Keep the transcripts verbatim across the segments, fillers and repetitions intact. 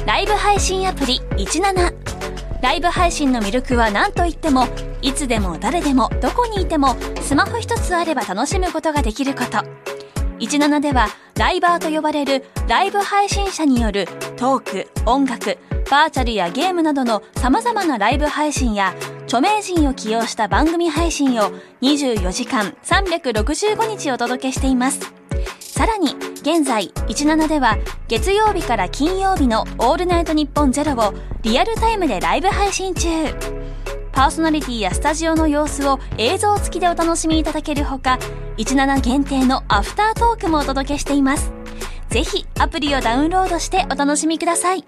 ライブ配信アプリいちなな。ライブ配信の魅力は何といっても、いつでも誰でもどこにいてもスマホ一つあれば楽しむことができること。いちななではライバーと呼ばれるライブ配信者によるトーク、音楽、バーチャルやゲームなどの様々なライブ配信や著名人を起用した番組配信をにじゅうよじかんさんびゃくろくじゅうごにちお届けしています。さらに現在いちななでは月曜日から金曜日のオールナイトニッポンゼロをリアルタイムでライブ配信中。パーソナリティやスタジオの様子を映像付きでお楽しみいただけるほか、いちなな限定のアフタートークもお届けしています。ぜひアプリをダウンロードしてお楽しみください。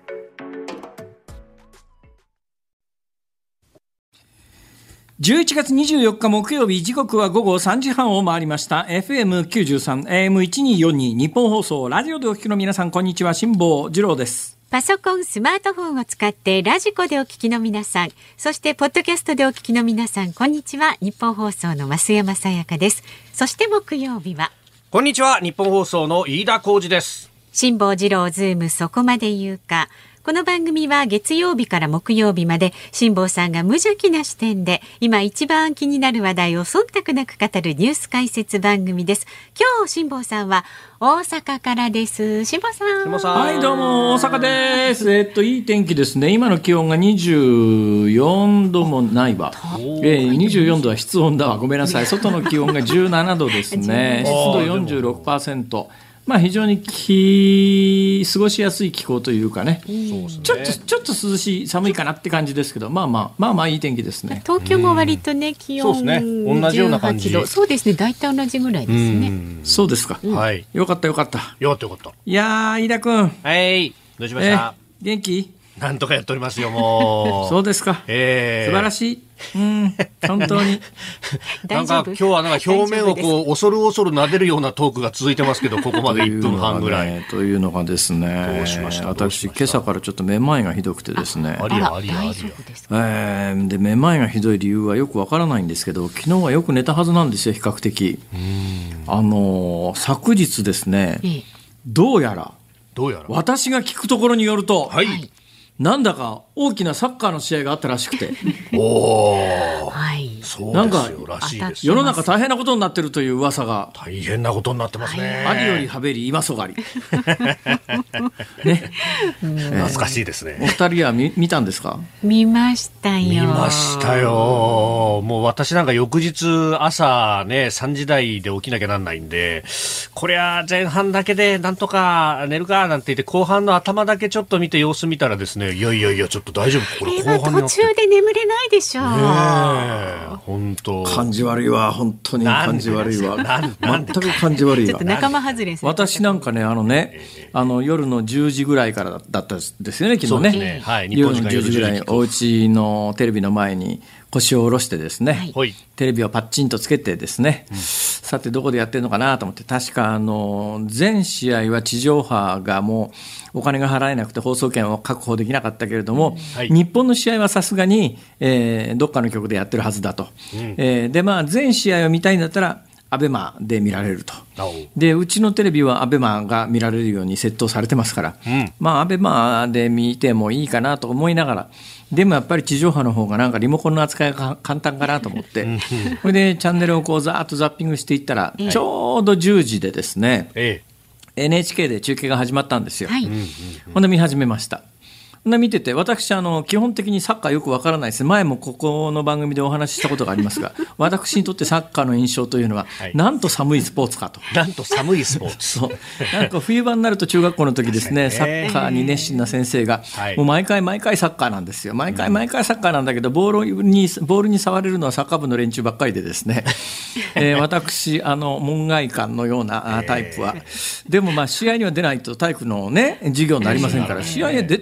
じゅういちがつにじゅうよっか木曜日、時刻は午後さんじはんを回りました。 エフエムきゅうじゅうさん エーエムせんにひゃくよんじゅうに 日本放送ラジオでお聞きの皆さん、こんにちは。辛坊治郎です。 パソコン、スマートフォンを使ってラジコでお聞きの皆さん、そしてポッドキャストでお聞きの皆さん、こんにちは。日本放送の増山さやかです。そして木曜日は、 こんにちは。日本放送の飯田浩二です。 辛坊治郎ズームそこまで言うか。この番組は月曜日から木曜日まで辛坊さんが無邪気な視点で今一番気になる話題を忖度なく語るニュース解説番組です。今日辛坊さんは大阪からです。辛坊さん。 辛坊さん。 はい、どうも大阪です。えっといい天気ですね。今の気温がにじゅうよんどもないわ。えー、にじゅうよんどは室温だわ。ごめんなさい。外の気温がじゅうななどですね。湿度 よんじゅうろくパーセント。まあ、非常にき過ごしやすい気候というかね、うん、ちょっとちょっと涼しい寒いかなって感じですけど、まあまあまあまあいい天気ですね。 東京も割とね、気温そうですね、同じような感じ。 そうですね、大体同じぐらいですね。 うそうですか、うん、 はい、 よかったよかったよかったよかった。 いやー、飯田君、 はいどうしました。 元気？ なんとかやっておりますよ、もう。 そうですか、えー、素晴らしい。うん、本当になんか今日はなんか表面をこう恐る恐る撫でるようなトークが続いてますけど、ここまでいっぷんはんぐらいというのがですね、どうしました？私今朝からちょっとめまいがひどくてですね、 ありゃありゃありゃ、 えー、でめまいがひどい理由はよくわからないんですけど、昨日はよく寝たはずなんですよ、比較的。うん、あの昨日ですね、ええ、どうやらどうやら私が聞くところによると、 はい、 なんだか大きなサッカーの試合があったらしくておー、はい、そうですよ、らしいです。 世の中大変なことになってるという噂が。 大変なことになってますね。 ありよりはべり今そがりね、 懐かしいですね。 お二人は 見, 見たんですか？ 見ましたよ。 見ましたよ。もう私なんか翌日朝ねさんじ台で起きなきゃなんないんで、これは前半だけでなんとか寝るかなんて言って、後半の頭だけちょっと見て様子見たらですね、いやいやいやちょっと大丈夫、これ後半になって途中で眠れないでしょう。 本当感じ悪いわ、本当に感じ悪いわ、全く感じ悪いわ。 ちょっと仲間外れ。 私なんかね、あのね、あの夜のじゅうじぐらいからだったですよね、昨日ね。 ね、はい、 夜のじゅうじぐらいにお家のテレビの前に腰を下ろしてですね、はい、テレビをパッチンとつけてですね、うん、さてどこでやってるのかなと思って、確かあの全試合は地上波がもうお金が払えなくて放送権を確保できなかったけれども、はい、日本の試合はさすがに、えー、どっかの局でやってるはずだと、うん、えー、でまあ全試合を見たいんだったらアベマで見られると。でうちのテレビはアベマが見られるように設定されてますから、うん、まあアベマで見てもいいかなと思いながら、でもやっぱり地上波の方がなんかリモコンの扱いが簡単かなと思ってそれでチャンネルをこうざーっとザッピングしていったら、ちょうどじゅうじでですね、ええ、エヌエイチケー で中継が始まったんですよ、はい、ほんで見始めました。見てて、私あの基本的にサッカーよくわからないです。前もここの番組でお話ししたことがありますが私にとってサッカーの印象というのは、はい、なんと寒いスポーツかと。 なんと寒いスポーツそうなんか冬場になると中学校の時ですね、サッカーに熱心な先生が、はい、もう毎回毎回サッカーなんですよ。毎回毎回サッカーなんだけど、ボールにボールに触れるのはサッカー部の連中ばっかりでですね、えー、私あの門外漢のようなタイプはでもまあ試合には出ないと体育のね授業になりませんから、試合へ出てるわけです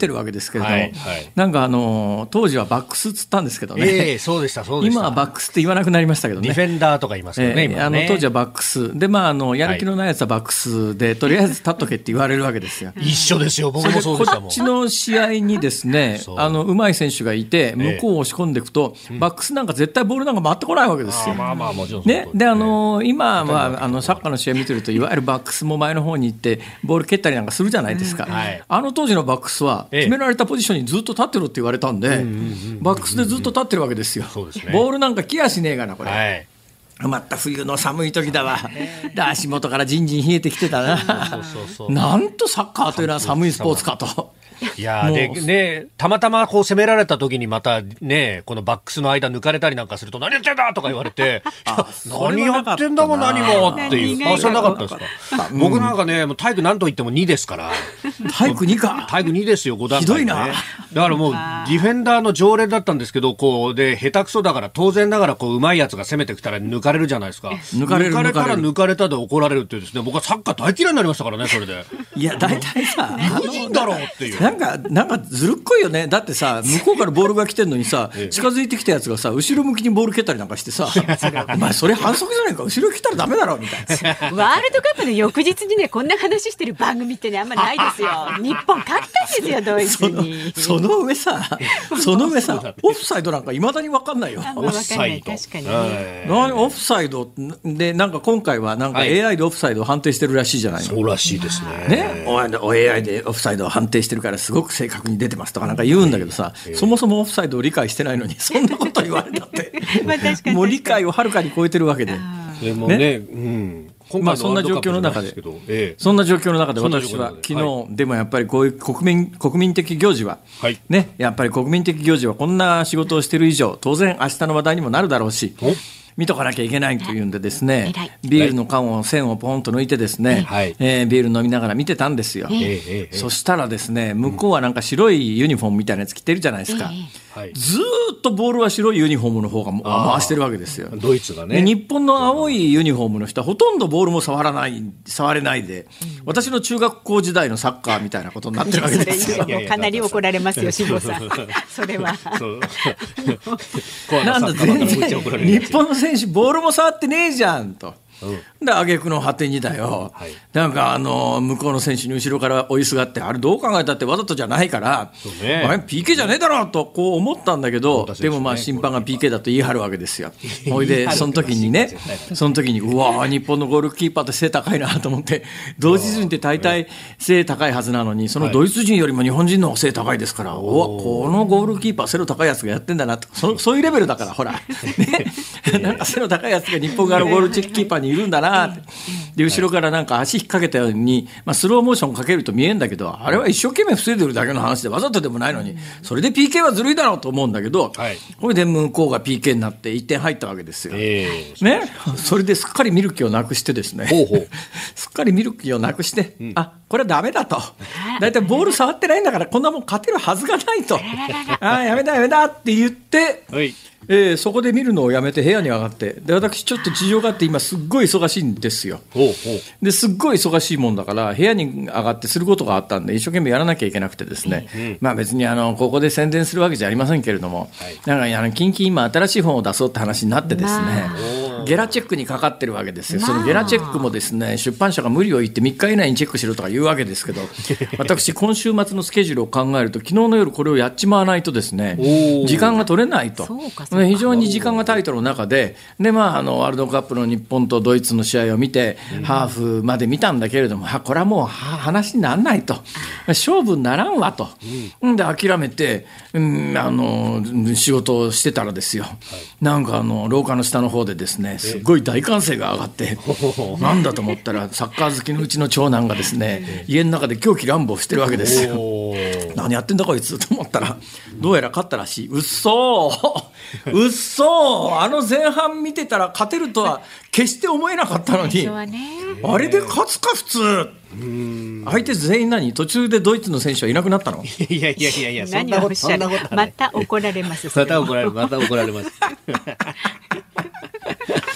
ですけれども、 はいはい、 なんかあの当時はバックスっつったんですけどね、 えー、そうでしたそうでした。 今はバックスって言わなくなりましたけどね。 ディフェンダーとか言いますよね、 えー、 今ね。 あの当時はバックスで、まあ、あのやる気のないやつはバックスで、はい、とりあえず立っとけって言われるわけですよ。 一緒ですよ、僕もそうでしたもん。 こっちの試合にですねあの上手い選手がいて向こうを押し込んでいくと、えー、バックスなんか絶対ボールなんか回ってこないわけですよ。 まあまあもちろんね、であの今はあのサッカーの試合見てるといわゆるバックスも前の方に行ってボール蹴ったりなんかするじゃないですか、うんはい、あの当時のバックスは決められたポジションにずっと立ってろって言われたんで、ええ、バックスでずっと立ってるわけですよ。そうですね、ボールなんか来やしねえがなこれ、はい、また冬の寒い時だわで足元からじんじん冷えてきてたなそうそうそう、なんとサッカーというのは寒いスポーツかと。 いやで、ね、たまたまこう攻められた時にまた、ね、このバックスの間抜かれたりなんかすると何やってんだとか言われて何やってんだもん何もっていう。あ、それなかったですか、うん、僕なんかねもう体育何と言ってもにですから体育にか体育にですよご段階、ね、 ひどいな。 だからもうディフェンダーの常連だったんですけどこうで下手くそだから当然ながらこう上手いやつが攻めてきたら抜かれるじゃないですか。 抜かれる抜かれたら抜かれたで怒られるっていうですね、僕はサッカー大嫌いになりましたからねそれで。 いや大体さ何いいんだろうっていうなんかなんかずるっこいよね。だってさ向こうからボールが来てんのにさ近づいてきたやつがさ後ろ向きにボール蹴ったりなんかしてさお前それ反則じゃないか後ろ来たらダメだろみたいな。 ワールドカップの翌日にねこんな話してる番組ってねあんまないですよ。日本勝ったんですよドイツに。 その、その上さその上さオフサイドなんかいまだに分かんないよ。 オフサイド確かにね。 何オフサイドでなんか今回はなんか エーアイ でオフサイドを判定してるらしいじゃないの。 そうらしいですね。 ね、お エーアイ でオフサイドを判定してるからすごく正確に出てますとかなんか言うんだけどさ、えー、そもそもオフサイドを理解してないのにそんなこと言われたってまあ確かにもう理解をはるかに超えてるわけで。 でもね、ね、うんまあ、そんな状況の中で、ええ、そんな状況の中で私は昨日、はい、でもやっぱりこういう国民、国民的行事は、はいね、やっぱり国民的行事はこんな仕事をしている以上当然明日の話題にもなるだろうし見とかなきゃいけないというんでですねビールの缶を栓をポンと抜いてですね、はいえー、ビール飲みながら見てたんですよ、えー、そしたらですね向こうはなんか白いユニフォームみたいなやつ着てるじゃないですか、えーはい、ずーっとボールは白いユニフォームの方が回してるわけですよ。 ドイツがね。 日本の青いユニフォームの人はほとんどボールも触らない触れないで、うん、私の中学校時代のサッカーみたいなことになってるわけですよ。 かなり怒られますよ辛坊さんそれはなんだ全然日本の選手ボールも触ってねえじゃんと。うん、で挙句の果てにだよ、はい、なんかあの向こうの選手に後ろから追いすがってあれどう考えたってわざとじゃないから、ね、あれ ピーケー じゃねえだろうとこう思ったんだけど、でもまあ審判が ピーケー だと言い張るわけですよ。ほいでその時にねその時にうわ日本のゴールキーパーって背高いなと思ってドイツ人って大体背高いはずなのにそのドイツ人よりも日本人の背高いですから、はい、おわこのゴールキーパー背の高いやつがやってんだなと そ, そういうレベルだからほら、ね、なんか背の高いやつが日本側のゴールキーパーにいるんだなってで後ろからなんか足引っ掛けたように、まあ、スローモーションかけると見えるんだけどあれは一生懸命防いでるだけの話でわざとでもないのにそれで ピーケー はずるいだろうと思うんだけど、はい、これで向こうが ピーケー になっていってん入ったわけですよ、えーね、それですっかり見る気をなくしてですねほうほうすっかり見る気をなくして、うん、あこれはダメだとだいたいボール触ってないんだからこんなもん勝てるはずがないとあやめだやめだって言って、はいえー、そこで見るのをやめて部屋に上がってで私ちょっと事情があって今すっごい忙しいんですよ。ほうほうですっごい忙しいもんだから部屋に上がってすることがあったんで一生懸命やらなきゃいけなくてですね、うんうんまあ、別にあのここで宣伝するわけじゃありませんけれども、はい、なんかあの近々今新しい本を出そうって話になってですねゲラチェックにかかってるわけですよ。そのゲラチェックもですね出版社が無理を言ってみっか以内にチェックしろとか言うわけですけど私今週末のスケジュールを考えると昨日の夜これをやっちまわないとですね時間が取れないと非常に時間がタイトの中で、で、まあ、あのワールドカップの日本とドイツの試合を見て、うん、ハーフまで見たんだけれどもこれはもう話にならないと勝負にならんわと、うん、で諦めて、うん、あの仕事をしてたらですよ、はい、なんかあの廊下の下の方でですねすごい大歓声が上がってなんだと思ったらサッカー好きのうちの長男がですね家の中で狂気乱舞してるわけですよ。何やってんだこいつと思ったらどうやら勝ったらしい。うっそーうっそーあの前半見てたら勝てるとは決して思えなかったのにあれで勝つか普通。うん相手全員何途中でドイツの選手はいなくなったの？ いやいやいやいやそんなことそんなことまた怒られますまた怒られるまた怒られますと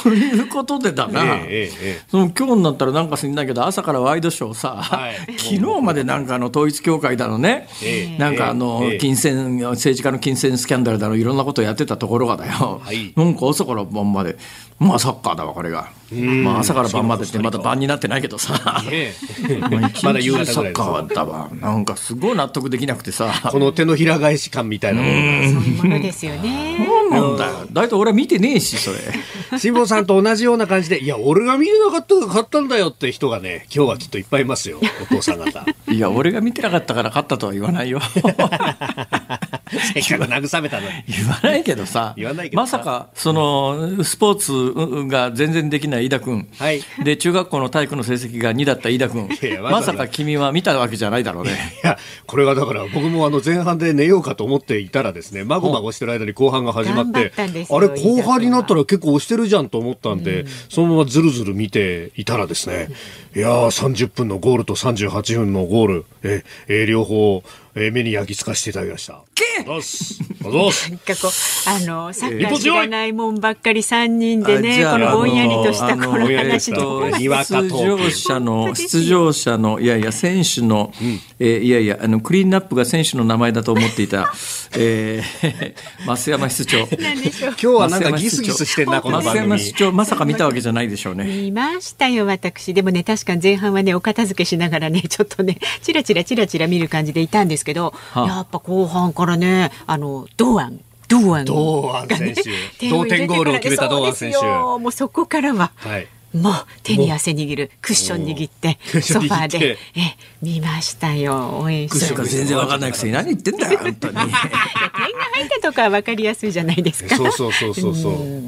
ということでだな、えーえー、その今日になったらなんか知んないけど朝からワイドショーさ、はい、昨日までなんかあの統一教会だのね、えー、なんかあの金銭政治家の金銭スキャンダルだのいろんなことをやってたところがだよ、はい、なんか朝から晩までまあサッカーだわこれが、まあ、朝から晩までってまだ晩になってないけどさまだ夕方ぐらいサッカーだわなんかすごい納得できなくてさこの手のひら返し感みたいなものがそういうものですよね。 そうなんだよ。だいたい俺は見てねえしそれ辛坊さんと同じような感じでいや俺が見てなかったから勝ったんだよって人がね今日はきっといっぱいいますよお父さん方いや俺が見てなかったから勝ったとは言わないよせっかく慰めたのに言わないけどさまさかそのスポーツが全然できない飯田君、はい、で中学校の体育の成績がにだった飯田君まさか君は見たわけじゃないだろうね。 いやこれはだから僕もあの前半で寝ようかと思っていたらですねまごまごしてる間に後半が始まってあれ後半になったら結構押してるじゃんと思ったんで、うん、そのままずるずる見ていたらですねいやーさんじゅっぷんのゴールとさんじゅうはっぷんのゴールええ両方え目に焼き付かせていただきました。どうすどうすなんかこうあのサッカー知らないもんばっかりさんにんでねこのぼんやりとしたこの話と出場者の出場者のいやいや選手の、うんえー、いやいやあのクリーンナップが選手の名前だと思っていた、えー、増山室長何でしょう今日はなんかギスギスしてんなこの番組。 増山室長まさか見たわけじゃないでしょうね。 見ましたよ私。でもね確かに前半はねお片付けしながらねちょっとねチラチラチラチラ見る感じでいたんですけど、はあ、やっぱ後半からねあの堂安堂安、 堂安選手同点ゴールを決めた堂安選手もうそこからは、はいもう手に汗握るクッション握ってソファーでえ見ましたよ応援して全然わかんないくせに何言ってんだよ本当に点が入ったとかは分かりやすいじゃないですか。 そうそうそうそうそう、 うん、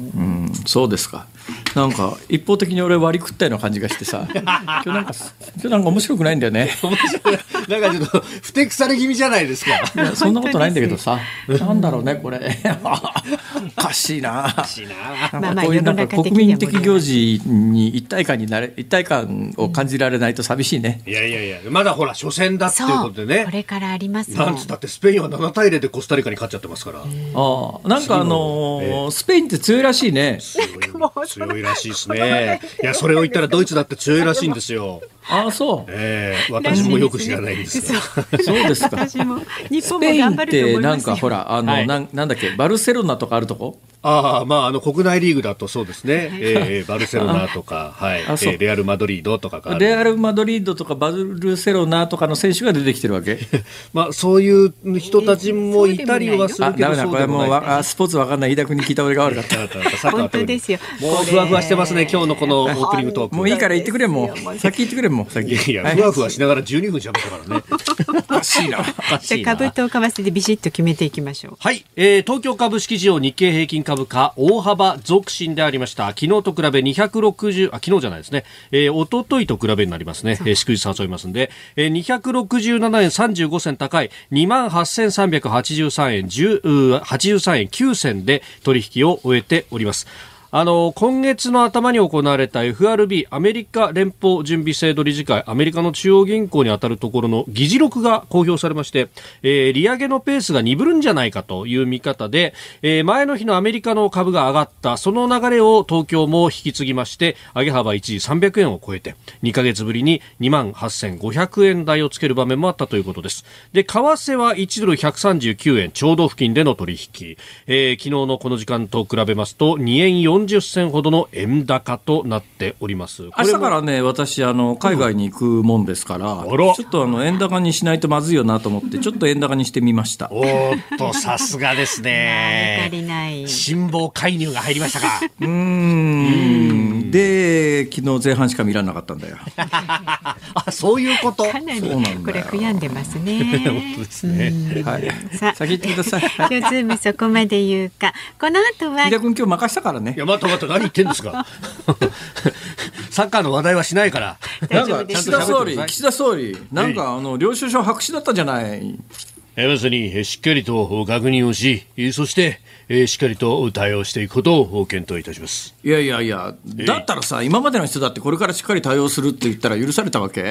そうですか。なんか一方的に俺割り食ったような感じがしてさ今日なんか今日なんか面白くないんだよね。 面白いなんかちょっとふてくされ気味じゃないですか。 いやそんなことないんだけどさなんだろうねこれおかしいな。おかしいな。なんかこういうなんか国民的行事に一体感になれ一体感を感じられないと寂しいね、 うん、いやいやいやまだほら初戦だっていうことでねこれからありますなんつったってスペインはななたいゼロでコスタリカに勝っちゃってますから。 あなんかあのーえー、スペインって強いらしいね。 強い強いらしいですね。いやそれを言ったらドイツだって強いらしいんですよ。 ああそう、 えー、私もよく知らないんですがそうですか。 私も日本も頑張ると思いますよ。スペインってなんかほらあの、はい、な, なんだっけバルセロナとかあるとこああまあ、あの国内リーグだとそうですね、えー、バルセロナとか、はいえー、レアル・マドリードとかがレアル・マドリードとかバルセロナとかの選手が出てきてるわけまあそういう人たちもいたりはするけど、 あダメだこれもうわスポーツわかんない飯田君に聞いた俺が悪かった本当ですよ。 もうふわふわしてますね今日のこのオープニングトーク。 もういいから言ってくれもう先言ってくれもう先。 いやいや、はい、ふわふわしながらじゅうにふんしゃべったからねおかしいな。 じゃあ株と為替でビシッと決めていきましょう。 はい、えー、東京株式市場日経平均株価大幅続伸でありました。昨日と比べにひゃくろくじゅうあ昨日じゃないですね、えー、一昨日と比べになりますね、えー、祝日誘いますんで、えー、にひゃくろくじゅうななえんさんじゅうごせん高い にまんはっせんさんびゃくはちじゅうさんえんはちじゅうさんえんきゅうせんで取引を終えております。あの今月の頭に行われた エフアールビー アメリカ連邦準備制度理事会アメリカの中央銀行にあたるところの議事録が公表されまして、えー、利上げのペースが鈍るんじゃないかという見方で、えー、前の日のアメリカの株が上がったその流れを東京も引き継ぎまして上げ幅一時さんびゃくえんを超えてにかげつぶりに にまんはっせんごひゃくえん台をつける場面もあったということです。で為替はいちドルひゃくさんじゅうきゅうえんちょうど付近での取引、えー、昨日のこの時間と比べますとにえんよんじゅっせんほどの円高となっております。 明日からね私あの海外に行くもんですから、うん、ちょっとあの円高にしないとまずいよなと思ってちょっと円高にしてみました。 おーっとさすがですね足りない辛抱介入が入りましたかうーんで昨日前半しか見られなかったんだよあそういうことかなりこれ悔やんでますね本当ですね、 はい、さ先言ってください今日ズームそこまで言うかこの後は飯田君今日任したからね。 いや待って待って何言ってんですかサッカーの話題はしないからなんか岸田総理岸田総理なんかあの領収書白紙だったじゃない。 まさにしっかりと確認をしそしてしっかりと対応していくことを検討いたします。 いやいやいやだったらさ今までの人だってこれからしっかり対応するって言ったら許されたわけ。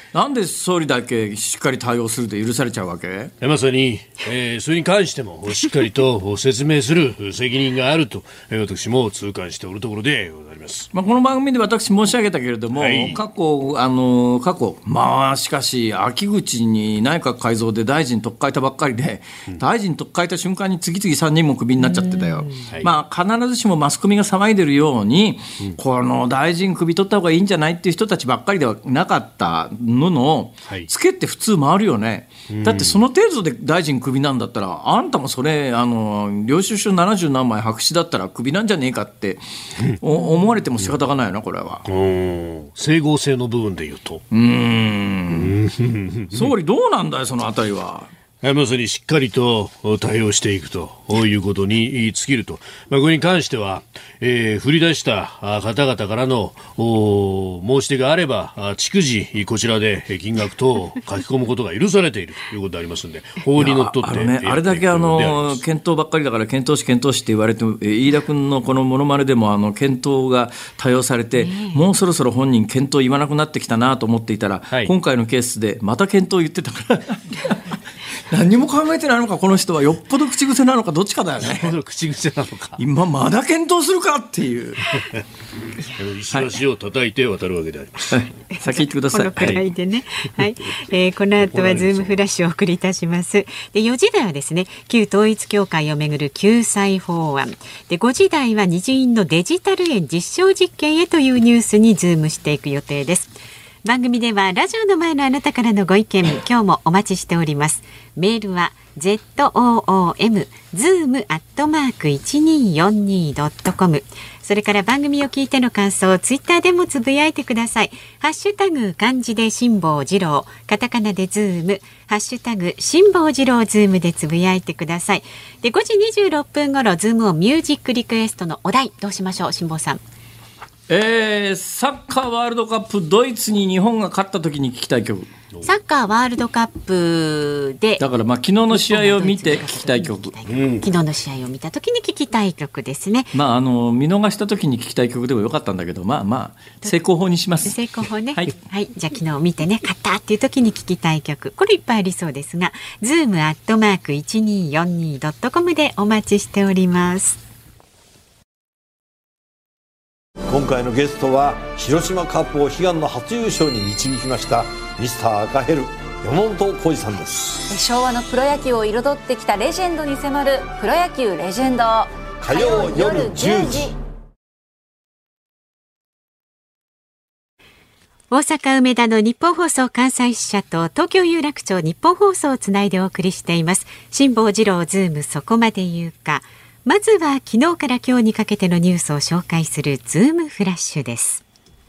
なんで総理だけしっかり対応すると許されちゃうわけ？ まさに、えー、それに関してもしっかりと説明する責任があると私も痛感しておるところでございます。 まあ、この番組で私申し上げたけれども、はい、過去あの過去まあしかし秋口に内閣改造で大臣取っ替えたばっかりで、うん、大臣取っ替えた瞬間に次々さんにんもクビになっちゃってたよ。まあ、必ずしもマスコミが騒いでるように、うん、この大臣クビ取った方がいいんじゃないっていう人たちばっかりではなかったのの、はい、つけって普通回るよね。だってその程度で大臣クビなんだったら、あんたもそれあの領収書ななじゅうなんまい白紙だったらクビなんじゃねえかって思われても仕方がないな、これは。 整合性の部分で言うと、 うーん総理どうなんだよそのあたりは。 まさにしっかりと対応していくということに尽きると、まあ、これに関しては、えー、振り出した方々からの申し出があれば逐次こちらで金額等を書き込むことが許されているということでありますので、法にのっとってやっていくということであります。 あれだけあの検討ばっかりだから検討し検討しって言われても、飯田君のこのモノマネでもあの検討が多用されて、もうそろそろ本人検討言わなくなってきたなと思っていたら、はい、今回のケースでまた検討言ってたから何も考えてないのかこの人は。よっぽど口癖なのかどっちかだよね。 口癖なのか今まだ検討するかっていう石橋を叩いて渡るわけであります、はい、 先言ってください。 このくらいでね、はいはい、えー、この後はズームフラッシュをお送りいたします。でよじ台はですね、旧統一教会をめぐる救済法案で、ごじ台は日銀のデジタル円実証実験へというニュースにズームしていく予定です。番組ではラジオの前のあなたからのご意見、今日もお待ちしております。メールは ズーム ズーム アットマーク いちにーよんにー ドットコム、 それから番組を聞いての感想、ツイッターでもつぶやいてください。ハッシュタグ漢字で辛坊治郎、カタカナでズーム、ハッシュタグ辛坊治郎ズームでつぶやいてください。でごじにじゅうろっぷん頃、ズームをミュージックリクエストのお題どうしましょう、辛坊さん。 えー、サッカーワールドカップドイツに日本が勝った時に聞きたい曲。 サッカーワールドカップでだからまあ昨日の試合を見て聞きたい曲、 昨日の試合を見た時に聞きたい曲ですね。 まあ、あの見逃した時に聞きたい曲でもよかったんだけど、まあまあ成功法にします。 成功法ね、 はい、 はい、じゃあ昨日見てね勝ったっていう時に聞きたい曲、これいっぱいありそうですが、ズームアットマーク いちにーよんにー ドットコム でお待ちしております。 今回のゲストは広島カップを悲願の初優勝に導きましたミスター赤ヘル山本浩二さんです。 昭和のプロ野球を彩ってきたレジェンドに迫るプロ野球レジェンド、 火曜夜じゅうじ。 大阪梅田の日本放送関西支社と東京有楽町日本放送をつないでお送りしています辛坊治郎ズームそこまで言うか。まずは昨日から今日にかけてのニュースを紹介するズームフラッシュです。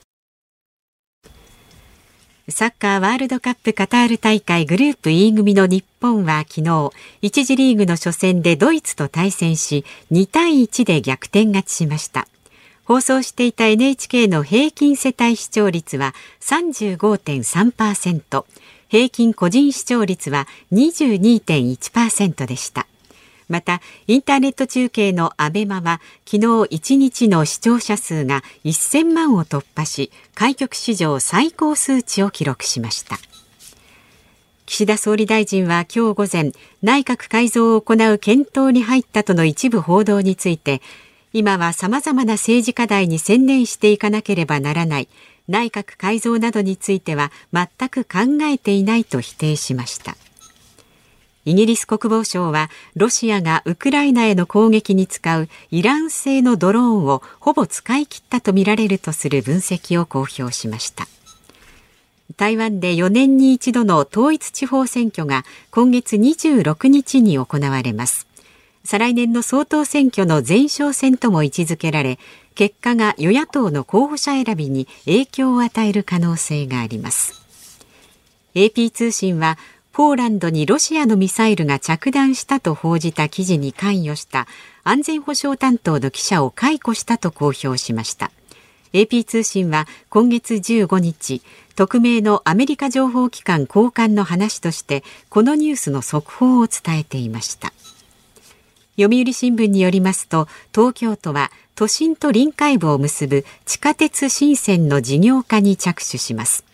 サッカーワールドカップカタール大会グループ E 組の日本は昨日いち次リーグの初戦でドイツと対戦しにたいいちで逆転勝ちしました。放送していた エヌエイチケー の平均世帯視聴率は さんじゅうごてんさんパーセント、平均個人視聴率は にじゅうにてんいちパーセント でした。またインターネット中継のアベマは昨日いちにちの視聴者数がせんまんを突破し、開局史上最高数値を記録しました。岸田総理大臣は今日午前、内閣改造を行う検討に入ったとの一部報道について、今は様々な政治課題に専念していかなければならない、内閣改造などについては全く考えていないと否定しました。イギリス国防省はロシアがウクライナへの攻撃に使うイラン製のドローンをほぼ使い切ったとみられるとする分析を公表しました。台湾でよねんに一度の統一地方選挙が今月にじゅうろくにちに行われます。再来年の総統選挙の前哨戦とも位置づけられ、結果が与野党の候補者選びに影響を与える可能性があります。 エーピー 通信はポーランドにロシアのミサイルが着弾したと報じた記事に関与した安全保障担当の記者を解雇したと公表しました。 エーピー 通信は今月じゅうごにち、匿名のアメリカ情報機関高官の話としてこのニュースの速報を伝えていました。読売新聞によりますと、東京都は都心と臨海部を結ぶ地下鉄新線の事業化に着手します。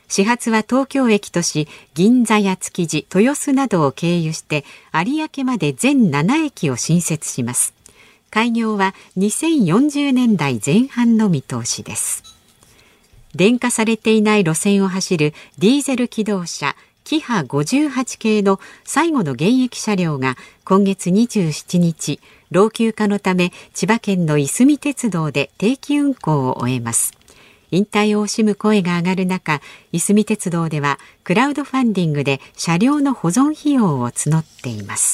始発は東京駅とし、銀座や築地、豊洲などを経由して有明まで全ななえきを新設します。開業はにせんよんじゅうねんだいぜん半の見通しです。電化されていない路線を走るディーゼル気動車キハごじゅうはち系の最後の現役車両が今月にじゅうしちにち、老朽化のため千葉県のいすみ鉄道で定期運行を終えます。引退を惜しむ声が上がる中、いすみ鉄道ではクラウドファンディングで車両の保存費用を募っています。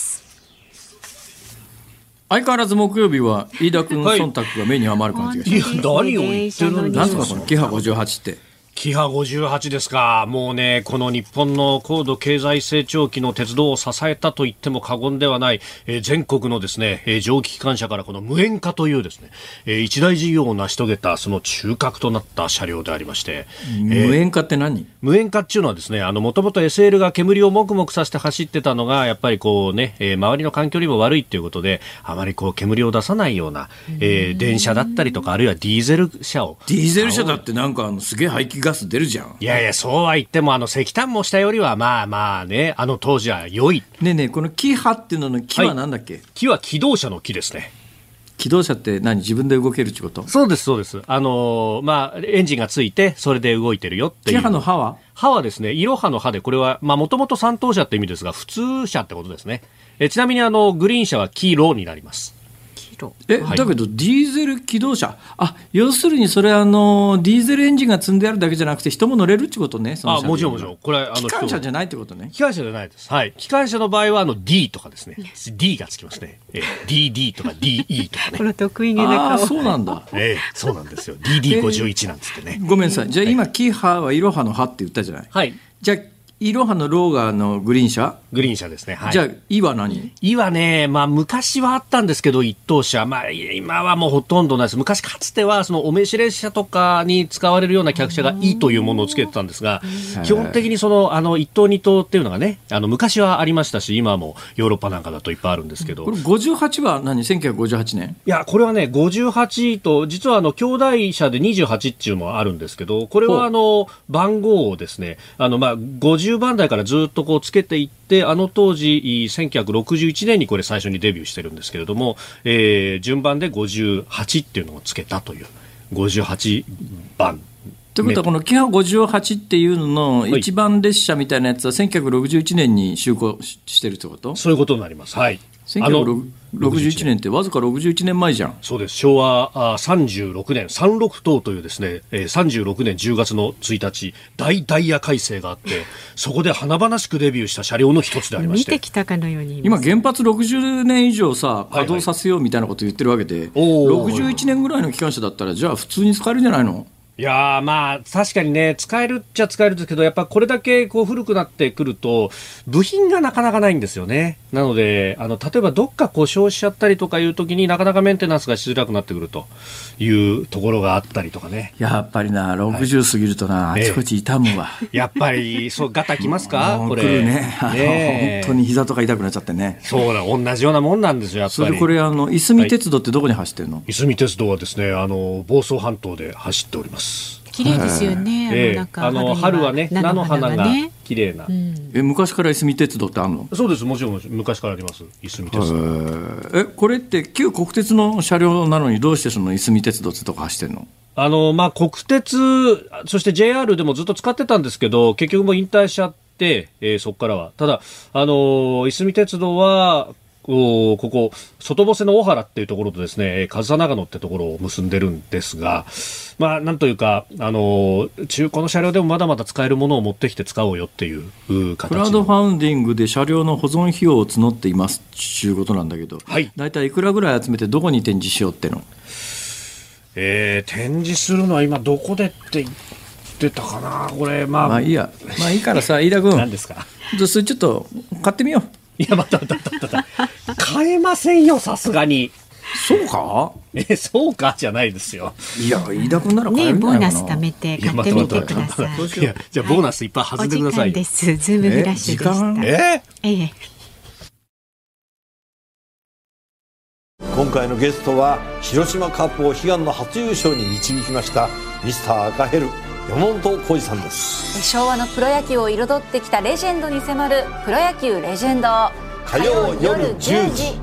相変わらず木曜日は飯田君忖度が目に余る感じがします、 はい、いや何を言ってるんですか。何ですかこのキハごじゅうはちって。 キハごじゅうはちですか。もうね、この日本の高度経済成長期の鉄道を支えたと言っても過言ではない、えー、全国のですね、えー、蒸気機関車からこの無煙化というですね、えー、一大事業を成し遂げたその中核となった車両でありまして、 無煙化って何？ 無煙化っていうのはですね、あの、もともと エスエル が煙をもくもくさせて走ってたのが、やっぱりこうね、えー、周りの環境にも悪いっていうことで、あまりこう煙を出さないような、えー、電車だったりとか、あるいはディーゼル車を。 ディーゼル車だってなんかあのすげえ排気ガス出るじゃん。 いやいや、そうは言っても、あの、石炭もしたよりは、まあまあね、あの当時は良い。 ねえねえ、このキハっていうのの木は何だっけ？はい、 木は機動車の木ですね。 機動車って何？自分で動けるってこと？ そうです、そうです。あのー、まあ、エンジンがついて、それで動いてるよっていう。 キハの刃は？ 刃はですね、イロハの刃で、これは、まあ、もともと三等車って意味ですが、普通車ってことですね。えちなみに、あの、グリーン車は黄色になります。 え、はい、だけどディーゼル気動車、あ、要するにそれあのディーゼルエンジンが積んであるだけじゃなくて人も乗れるってことね。そのあ、もちろんもちろん。これあの機関車じゃないってことね。 機関車じゃないです。はい。機関車の場合はあの D とかですね。D がつきますね。えー、ディーディー とか ディーイー とかね。 この得意げな顔。 あ、そうなんだ。 えー、そうなんですよ。ディーディーごじゅういち なんつってね。 ごめんなさい。じゃあ今キハはイロハのハって言ったじゃない。 はい。 じゃあイロハのローガーのグリーン車？ グリーン車ですね。はい。 じゃあイは何？ イはね、まあ昔はあったんですけど一等車、まあ今はもうほとんどないです。昔かつてはそのお召し列車とかに使われるような客車がイというものをつけてたんですが、基本的にそのあの一等二等っていうのがね、あの昔はありましたし、今はもうヨーロッパなんかだといっぱいあるんですけど。 これごじゅうはちは何？せんきゅうひゃくごじゅうはちねん？ いや、これはね、ごじゅうはちと実はあの兄弟車でにじゅうはちっていうのもあるんですけど、これはあの番号をですね、あのまあごじゅうばんだいからずっととこうつけていって、あの当時せんきゅうひゃくろくじゅういちねんにこれ最初にデビューしてるんですけれども、えー、順番でごじゅうはちっていうのをつけたというごじゅうはちばんということはこのキハごじゅうはちっていうのの一番列車みたいなやつはせんきゅうひゃくろくじゅういちねんに就航してるってこと？ そういうことになります。はい。 せんきゅうひゃくろくじゅういちねんってわずかろくじゅういちねんまえじゃん。 そうです。昭和さんじゅうろくねんさんじゅうろく等というですね、えー、さんじゅうろくねんじゅうがつのついたち大ダイヤ改正があって、そこで華々しくデビューした車両の一つでありまして、 見てきたかのように今原発ろくじゅうねん以上さ稼働させようみたいなこと言ってるわけで、はいはい、ろくじゅういちねんぐらいの機関車だったらじゃあ普通に使えるんじゃないの？ いやーまあ確かにね、使えるっちゃ使えるんですけど、やっぱこれだけこう古くなってくると部品がなかなかないんですよね。なのであの例えばどっか故障しちゃったりとかいう時になかなかメンテナンスがしづらくなってくるというところがあったりとかね。 やっぱりなろくじゅう過ぎるとな、はい、あちこち痛むわ、 ええ、やっぱりそうガタきますかこれ。 来るね、あのね、本当に膝とか痛くなっちゃってね。 そうだ、同じようなもんなんですよやっぱり。 それでこれあのいすみ鉄道ってどこに走ってるの？はい、 いすみ鉄道はですね、あの房総半島で走っております。 綺麗ですよね。 えー、あの春はね、菜の花が綺麗な、うん、 え昔からいすみ鉄道ってあるの？ そうです、もちろん昔からあります。いすみ鉄道。 えこれって旧国鉄の車両なのにどうしてそのいすみ鉄道ってとこ走ってんの？ あのまあ国鉄そして ジェイアール でもずっと使ってたんですけど、結局もう引退しちゃって、えー、そこからはただあのいすみ鉄道はここ外干せの大原っていうところとですね上総長野ってところを結んでるんですが、まあなんというかあの中古の車両でもまだまだ使えるものを持ってきて使おうよっていう形。 クラウドファウンディングで車両の保存費用を募っていますっていうことなんだけど、はい、だいたいいくらぐらい集めてどこに展示しようっての？ えー、展示するのは今どこでって言ってたかなこれ。まあ、 まあいいや、まあいいからさ飯田君何ですか？ それちょっと買ってみよう。 いや、またまたまたまた買えませんよさすがに。 そうか？ え、そうかじゃないですよ。 いや、飯田君なら買えるんじゃないかな。 ね、ボーナス貯めて買ってみてください。 いや、じゃあボーナスいっぱい外してください。 お時間です。ズームフラッシュでした。 時間？ えええ。 今回のゲストは広島カップを悲願の初優勝に導きましたミスター赤ヘル山本浩二さんです。 昭和のプロ野球を彩ってきたレジェンドに迫るプロ野球レジェンド、 火曜夜じゅうじ。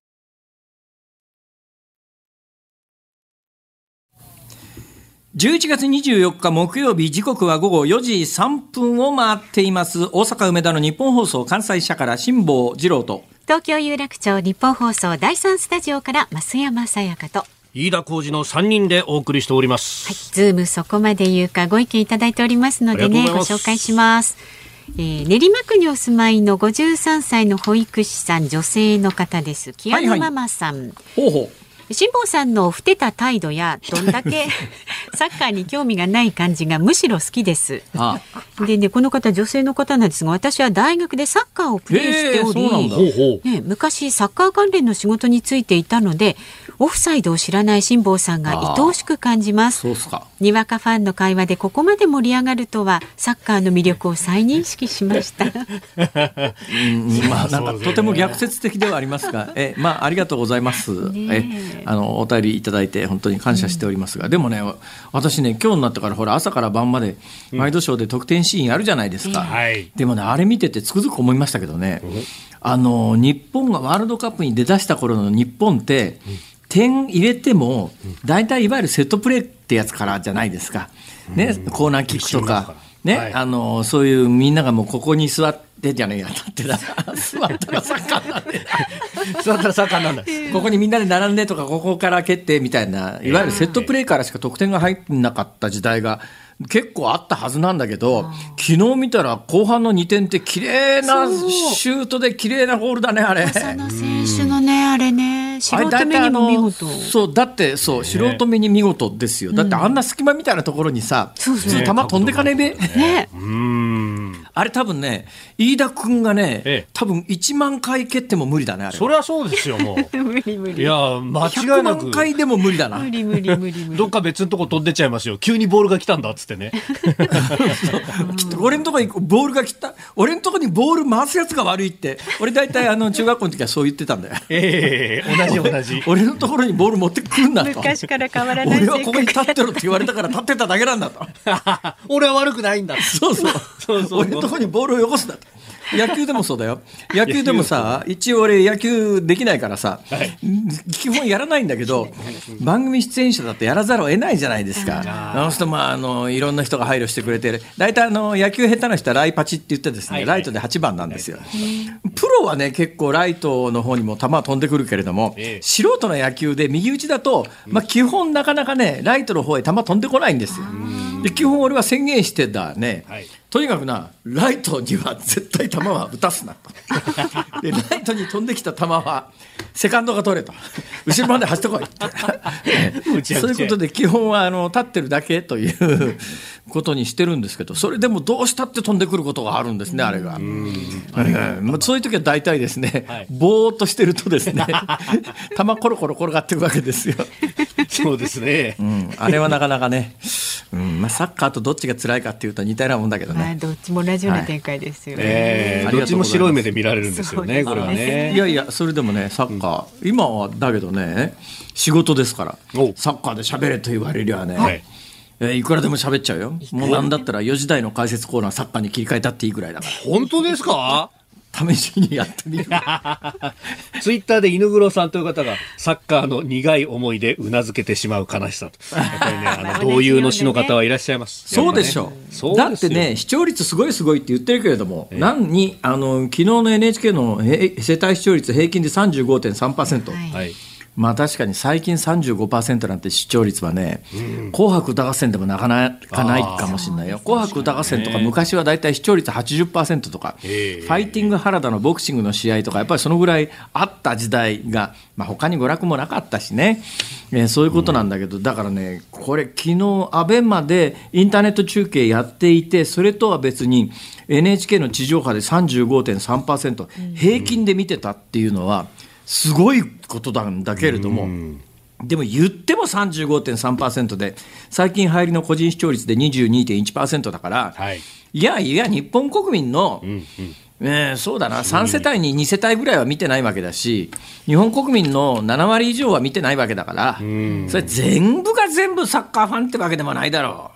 じゅういちがつにじゅうよっか木曜日、時刻は午後よじさんぷんを回っています。大阪梅田の日本放送関西支社から辛坊治郎と、 東京有楽町日本放送だいさんスタジオから増山さやかと飯田浩司のさんにんでお送りしております。 はい、ズームそこまで言うかご意見いただいておりますのでね、ご紹介します。えー、練馬区にお住まいのごじゅうさんさいの保育士さん、女性の方です。木山ママさん、はいはい、ほうほう。辛坊さんのふてた態度やどんだけサッカーに興味がない感じがむしろ好きです。ああでね、この方女性の方なんですが、私は大学でサッカーをプレーしており、ね、昔サッカー関連の仕事に就いていたので、オフサイドを知らない辛坊さんが愛おしく感じます。 そうですか。 にわかファンの会話でここまで盛り上がるとは、サッカーの魅力を再認識しました。 うんまあ、なんかとても逆説的ではありますが、え、まあ、ありがとうございます。えあのお便りいただいて本当に感謝しておりますが、うん、でもね、私ね、今日になってからほら朝から晩までワイドショーで得点シーンあるじゃないですか、うんはい、でもね、あれ見ててつくづく思いましたけどね、うん、あの日本がワールドカップに出だした頃の日本って、うん、点入れても大体いわゆるセットプレーってやつからじゃないですか、ね、うん、コーナーキックとか、ね、はい、あのそういうみんながもうここに座ってじゃねえや、だってだ座ったらサッカーなんで座ったらサッカーなんだここにみんなで並んでとか、ここから蹴ってみたいな、いわゆるセットプレーからしか得点が入ってなかった時代が結構あったはずなんだけど、昨日見たら後半のにてんって綺麗なシュートで綺麗なゴールだね、あれ。 浅野選手のね、あれね、素人目にも見事。 そうだって、そう素人目に見事ですよ。だってあんな隙間みたいなところにさ、普通球飛んでかねえべ。ね。うーん。あれ多分ね、飯田君がね、ええ、多分いちまんかい蹴っても無理だね、あれ。 それはそうですよ、もう。無理無理。いや、間違いなく。ひゃくまんかいでも無理だな。 無理無理無理無理。 どっか別のとこ飛んでっちゃいますよ。急にボールが来たんだっつってね。 俺のとこにボールが来た、俺のとこにボール回すやつが悪いって、俺大体あの中学校の時はそう言ってたんだよ。 ええー、同じ同じ。 俺のところにボール持ってくるんだと。 昔から変わらない。 俺はここに立ってろって言われたから立ってただけなんだと。 俺は悪くないんだ。 そうそう。そうそう、俺のところにボールをよこすんだと。野球でもそうだよ。野球でもさ、一応俺野球できないからさ、はい、基本やらないんだけど、番組出演者だとやらざるを得ないじゃないですか。あの人、まあ、あのいろんな人が配慮してくれて、大体あの野球下手な人はライパチって言ってですね、はいはい、ライトではちばんなんですよ。プロはね、結構ライトの方にも球は飛んでくるけれども、ええ、素人の野球で右打ちだと、まあ、基本なかなかね、ライトの方へ球飛んでこないんですよ。で、基本俺は宣言してたね、はい、とにかくな、ライトには絶対球は打たすなと。で、ライトに飛んできた球はセカンドが取れと、後ろまで走ってこいってそういうことで基本はあの立ってるだけということにしてるんですけど、それでもどうしたって飛んでくることがあるんですね、あれが。うん、まあ、そういう時は大体ですね、はい、ぼーっとしてるとですね球コロコロ転がっていくわけですよ。 そうですね、 うん、あれはなかなかね、うん、まあ、サッカーとどっちが辛いかっていうと似たようなもんだけどね、 まあ、どっちも同じような展開ですよね、はい、 えー、どっちも白い目で見られるんですよね、これはね。 いやいや、それでもね、サッカー、うん、今はだけどね、仕事ですから、サッカーで喋れと言われりゃね、はい、えー、いくらでも喋っちゃうよ。もうなんだったらよじ台の解説コーナーサッカーに切り替えたっていいぐらいだから。 本当ですか？ 試しにやってみる。 ツイッターで犬黒さんという方がサッカーの苦い思いでうなずけてしまう悲しさと、やっぱりね、あの同友の詩の方はいらっしゃいます。 そうでしょう、ね、だってね、視聴率すごいすごいって言ってるけれども、えー、何にあの昨日の エヌエイチケー の世帯視聴率平均で さんじゅうごてんさんパーセント、はい、まあ、確かに最近 さんじゅうごパーセント なんて視聴率はね、うん、紅白歌合戦でもなかなかないかもしれないよ。紅白歌合戦とか昔はだいたい視聴率 はちじゅっパーセント とか、ファイティング原田のボクシングの試合とかやっぱりそのぐらいあった時代が、まあ、他に娯楽もなかったしね、えー、そういうことなんだけど、だからね、これ昨日アベマでインターネット中継やっていて、それとは別に エヌエイチケー の地上波で さんじゅうごてんさんパーセント 平均で見てたっていうのはすごいことなんだけれども、うん、でも言っても さんじゅうごてんさんパーセント で最近入りの個人視聴率で にじゅうにてんいちパーセント だから、はい、いやいや日本国民の、うんうん、えー、そうだな、さん世帯にに世帯ぐらいは見てないわけだし、日本国民のななわり以上は見てないわけだから、うん、それ全部が全部サッカーファンってわけでもないだろう。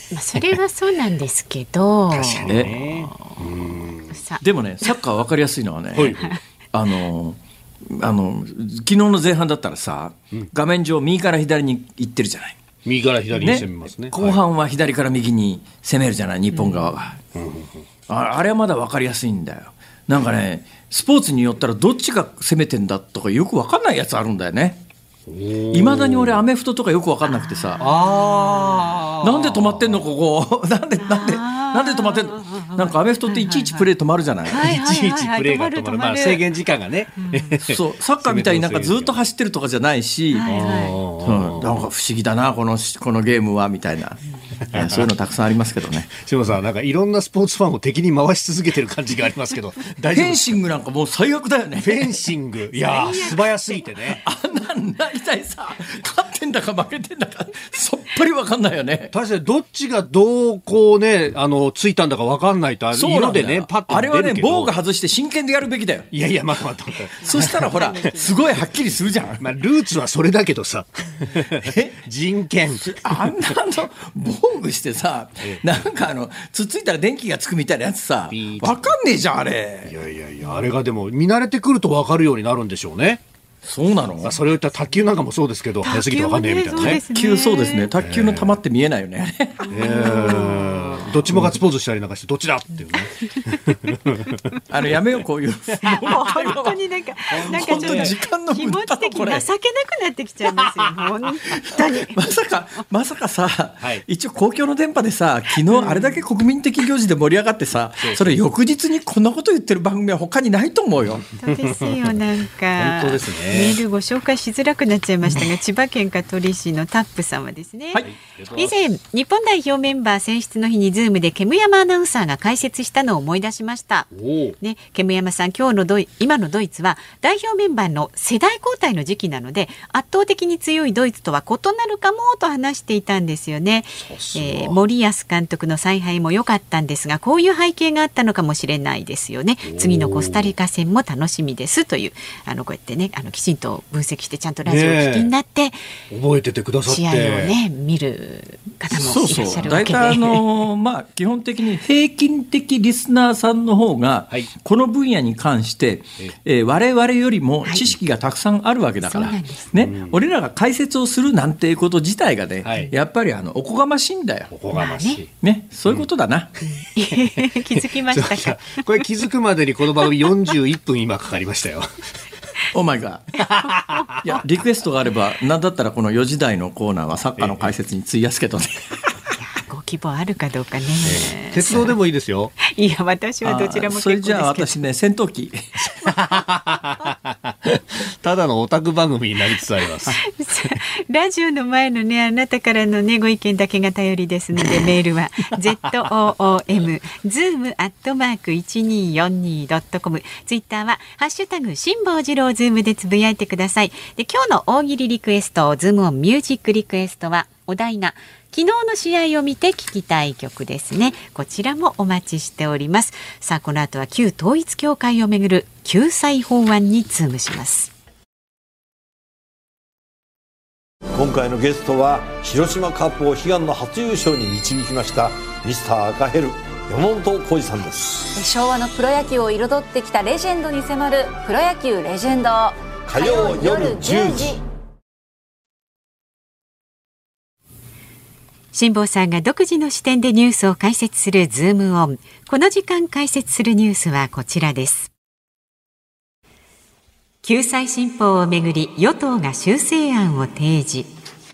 まあ、それはそうなんですけど確かにね。 うんでもねサッカー分かりやすいのはね、はい、あのあの昨日の前半だったらさ、うん、画面上右から左に行ってるじゃない。 右から左に攻めますね。 後半は左から右に攻めるじゃない、日本側が、うんうんうん、あ, あれはまだ分かりやすいんだよ。なんかねスポーツによったらどっちが攻めてんだとかよく分かんないやつあるんだよね。いまだに俺アメフトとかよく分かんなくてさ、あなんで止まってんのここなんでなんでなんで止まってんの。なんかアメフトっていちいちプレー止まるじゃない、 はいはいはいはい、いちいちプレーが止まる、まあ、制限時間がね、 うん、そうサッカーみたいになんかずっと走ってるとかじゃないし、はいはいうん、なんか不思議だなこの、このゲームはみたいなそういうのたくさんありますけどね。 志麻さんなんかいろんなスポーツファンを敵に回し続けてる感じがありますけど大丈夫。 フェンシングなんかもう最悪だよね。 フェンシングいや素早すぎてねあんなん大体さ勝ってんだか負けてんだかさっぱり分かんないよね。 確かにどっちがどうこうねあのついたんだか分かんないと色でねパッと出るけど、 あれはね防具外して真剣でやるべきだよ。 いやいや待って待って待ってそしたらほらすごいはっきりするじゃん。 まあルーツはそれだけどさ人権あんなの防具してさなんかあのつっついたら電気がつくみたいなやつさ分かんねえじゃんあれ。 いやいやいやあれがでも見慣れてくると分かるようになるんでしょうね。 そうなの、 まあ、それを言ったら卓球なんかもそうですけど早すぎて分かんねえみたいなね。 卓球そうですね。卓球の球って見えないよね、えー、どっちもガッツポーズしたりなんかしてどっちだっていうねあのやめようこういう本当になんかなんかちょっと時間の気持ち的に情けなくなってきちゃいますよ本当にまさかまさかさ、はい、一応公共の電波でさ昨日あれだけ国民的行事で盛り上がってさ、うん、それ翌日にこんなこと言ってる番組は他にないと思うよ。 本当ですよなんか本当ですね。 メールご紹介しづらくなっちゃいましたが千葉県香取市のタップさんはですね、はい、以前日本代表メンバー選出の日にズームで煙山アナウンサーが解説したのを思い出しました、ね、煙山さん今日のドイ今のドイツは代表メンバーの世代交代の時期なので圧倒的に強いドイツとは異なるかもと話していたんですよね。えー、森保監督の采配も良かったんですがこういう背景があったのかもしれないですよね。次のコスタリカ戦も楽しみですというあのこうやってねあのきちんと分析してちゃんとラジオを聞きになって、ね、 覚えててくださって試合をね見る方もいらっしゃるわけで、 大体あの、まあ、基本的に平均的リスナーさんの方が、はい、この分野に関して、えー、我々よりも知識がたくさんあるわけだから、はいねうん、俺らが解説をするなんていうこと自体がね、はい、やっぱりあのおこがましいんだよ。 おこがましい、 ね、そういうことだな、 うん、気づきましたかこれ気づくまでにこの番組よんじゅういっぷん今かかりましたよオーマイガーいやリクエストがあれば何だったらこのよじ台のコーナーはサッカーの解説に費やすけどねご希望あるかどうかね、 えー、鉄道でもいいですよ。 いや私はどちらも結構ですけど。 それじゃあ私ね戦闘機ただのオタク番組になりつつありますラジオの前のねあなたからのねご意見だけが頼りですのでメールは ズーム ズーム アットマーク いちにーよんにー ドットコム ツイッターはハッシュタグ辛坊治郎ズームでつぶやいてください。で今日の大喜利リクエストズームオンミュージックリクエストはお題が昨日の試合を見て聞きたい曲ですね。こちらもお待ちしております。さあこの後は旧統一教会をめぐる救済法案にズームします。 今回のゲストは広島カップを悲願の初優勝に導きましたミスター赤ヘル山本浩二さんです。 昭和のプロ野球を彩ってきたレジェンドに迫るプロ野球レジェンド火曜夜じゅうじ。 辛坊さんが独自の視点でニュースを解説するズームオン。この時間解説するニュースはこちらです。救済新法をめぐり与党が修正案を提示。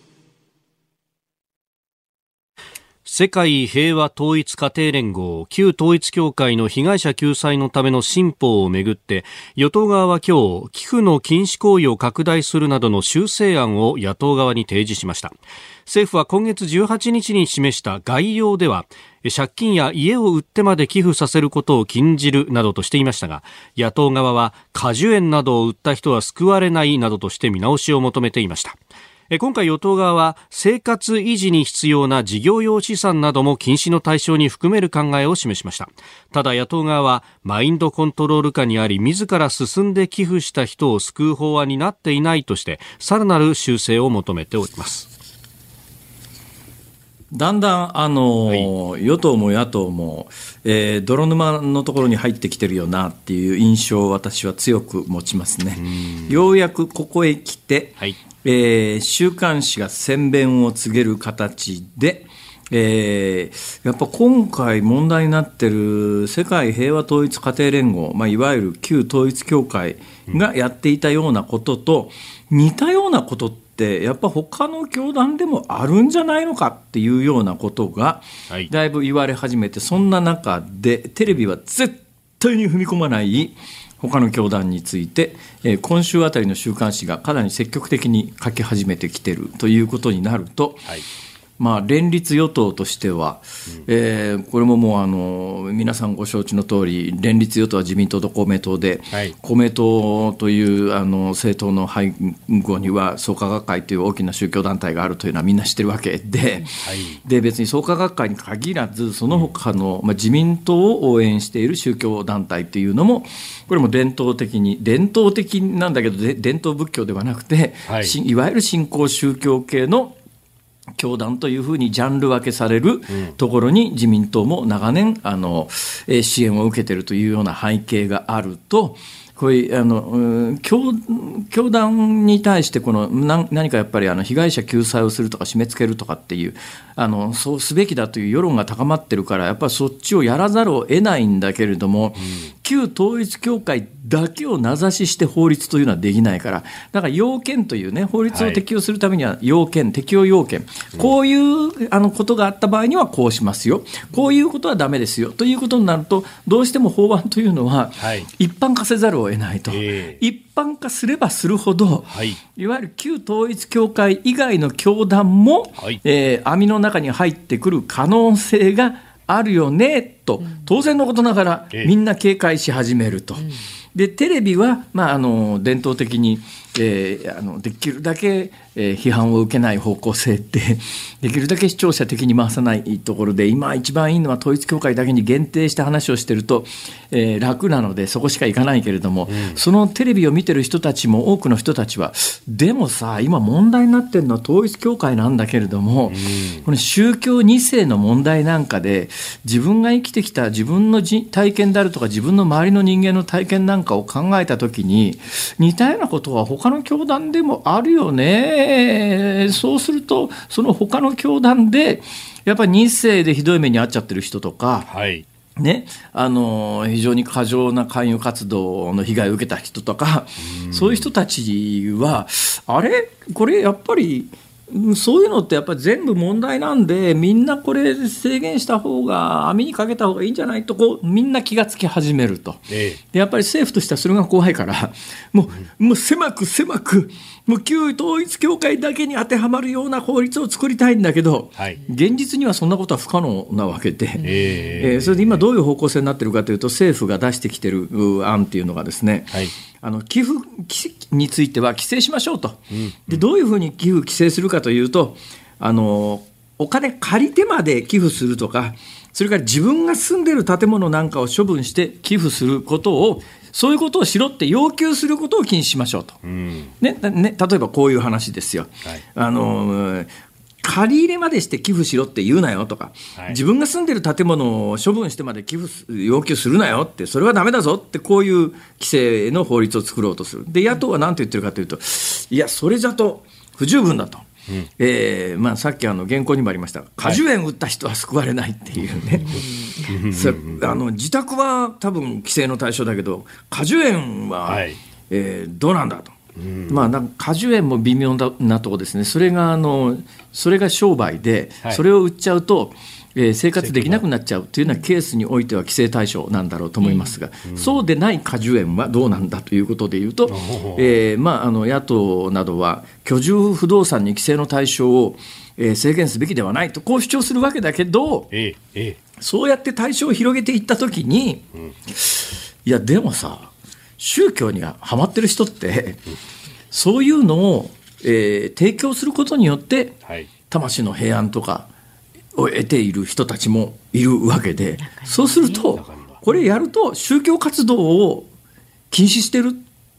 世界平和統一家庭連合旧統一教会の被害者救済のための新法をめぐって与党側は今日寄付の禁止行為を拡大するなどの修正案を野党側に提示しました。政府は今月じゅうはちにちに示した概要では借金や家を売ってまで寄付させることを禁じるなどとしていましたが野党側は果樹園などを売った人は救われないなどとして見直しを求めていました。今回与党側は生活維持に必要な事業用資産なども禁止の対象に含める考えを示しました。ただ野党側はマインドコントロール下にあり自ら進んで寄付した人を救う法案になっていないとしてさらなる修正を求めております。 だんだんあの、はい、与党も野党も、えー、泥沼のところに入ってきてるよなっていう印象を私は強く持ちますね。ようやくここへ来て、はい、えー、週刊誌が宣伝を告げる形で、えー、やっぱ今回問題になっている世界平和統一家庭連合、まあ、いわゆる旧統一教会がやっていたようなことと似たようなことってやっぱ他の教団でもあるんじゃないのかっていうようなことがだいぶ言われ始めて、そんな中でテレビは絶対に踏み込まない他の教団について、えー、今週あたりの週刊誌がかなり積極的に書き始めてきているということになると、はい、まあ、連立与党としては、うん、えー、これももうあの皆さんご承知の通り連立与党は自民党と公明党で、はい、公明党というあの政党の背後には創価学会という大きな宗教団体があるというのはみんな知ってるわけで、はい、で別に創価学会に限らずその他の、まあ、自民党を応援している宗教団体というのもこれも伝統的に伝統的なんだけど伝統仏教ではなくて、はい、いわゆる新興宗教系の教団というふうにジャンル分けされるところに自民党も長年あの支援を受けているというような背景があると、こういうあの 教, 教団に対してこの何, 何かやっぱりあの被害者救済をするとか締め付けるとかっていうあのそうすべきだという世論が高まってるからやっぱりそっちをやらざるを得ないんだけれども、うん、旧統一教会だけを名指しして法律というのはできないから、だから要件というね法律を適用するためには要件、はい、適用要件、こういうあのことがあった場合にはこうしますよ、こういうことはダメですよということになるとどうしても法案というのは一般化せざるを得ないと、えー、一般化すればするほど、はい、いわゆる旧統一教会以外の教団も、はい、えー、網の中に入ってくる可能性があるよねと当然のことながらみんな警戒し始めると、うん、でテレビは、まあ、あの伝統的に、えー、あのできるだけ、えー、批判を受けない方向性ってできるだけ視聴者的に回さないところで今一番いいのは統一教会だけに限定して話をしてると、えー、楽なのでそこしか行かないけれども、うん、そのテレビを見てる人たちも多くの人たちはでもさ今問題になってるのは統一教会なんだけれども、うん、この宗教に世の問題なんかで自分が生きてきた自分の体験であるとか自分の周りの人間の体験なんかを考えたときに似たようなことは他の教団でもあるよね。そうするとその他の教団でやっぱりに世でひどい目に遭っちゃってる人とか、はいね、あの非常に過剰な勧誘活動の被害を受けた人とか、うそういう人たちはあれこれやっぱりそういうのってやっぱり全部問題なんでみんなこれ制限した方が網にかけた方がいいんじゃないとこうみんな気がつき始めると、ええ、でやっぱり政府としてはそれが怖いからもう、もう狭く狭くもう旧統一教会だけに当てはまるような法律を作りたいんだけど、はい、現実にはそんなことは不可能なわけで、えええー、それで今どういう方向性になっているかというと政府が出してきている案っていうのがですね、はい、あの寄付については規制しましょうと、うんうん、でどういうふうに寄付規制するかというとあのお金借りてまで寄付するとかそれから自分が住んでいる建物なんかを処分して寄付することをそういうことをしろって要求することを禁止しましょうと、うんねね、例えばこういう話ですよ、はい、あの借り入れまでして寄付しろって言うなよとか、はい、自分が住んでる建物を処分してまで寄付要求するなよってそれはダメだぞってこういう規制の法律を作ろうとする。で野党は何て言ってるかというといやそれじゃと不十分だと、うんえーまあ、さっきあの原稿にもありました果樹園売った人は救われないっていうね、はい、あの自宅は多分規制の対象だけど果樹園は、はいえー、どうなんだとうんまあ、なんか果樹園も微妙なところですね。それがあのそれが商売で、はい、それを売っちゃうと、えー、生活できなくなっちゃうというようなケースにおいては規制対象なんだろうと思いますが、うん、そうでない果樹園はどうなんだということでいうと、うんえーまあ、あの野党などは居住不動産に規制の対象を、えー、制限すべきではないとこう主張するわけだけど、ええ、そうやって対象を広げていったときに、うん、いやでもさ宗教にはハマってる人ってそういうのを、えー、提供することによって魂の平安とかを得ている人たちもいるわけで、そうするとこれやると宗教活動を禁止してる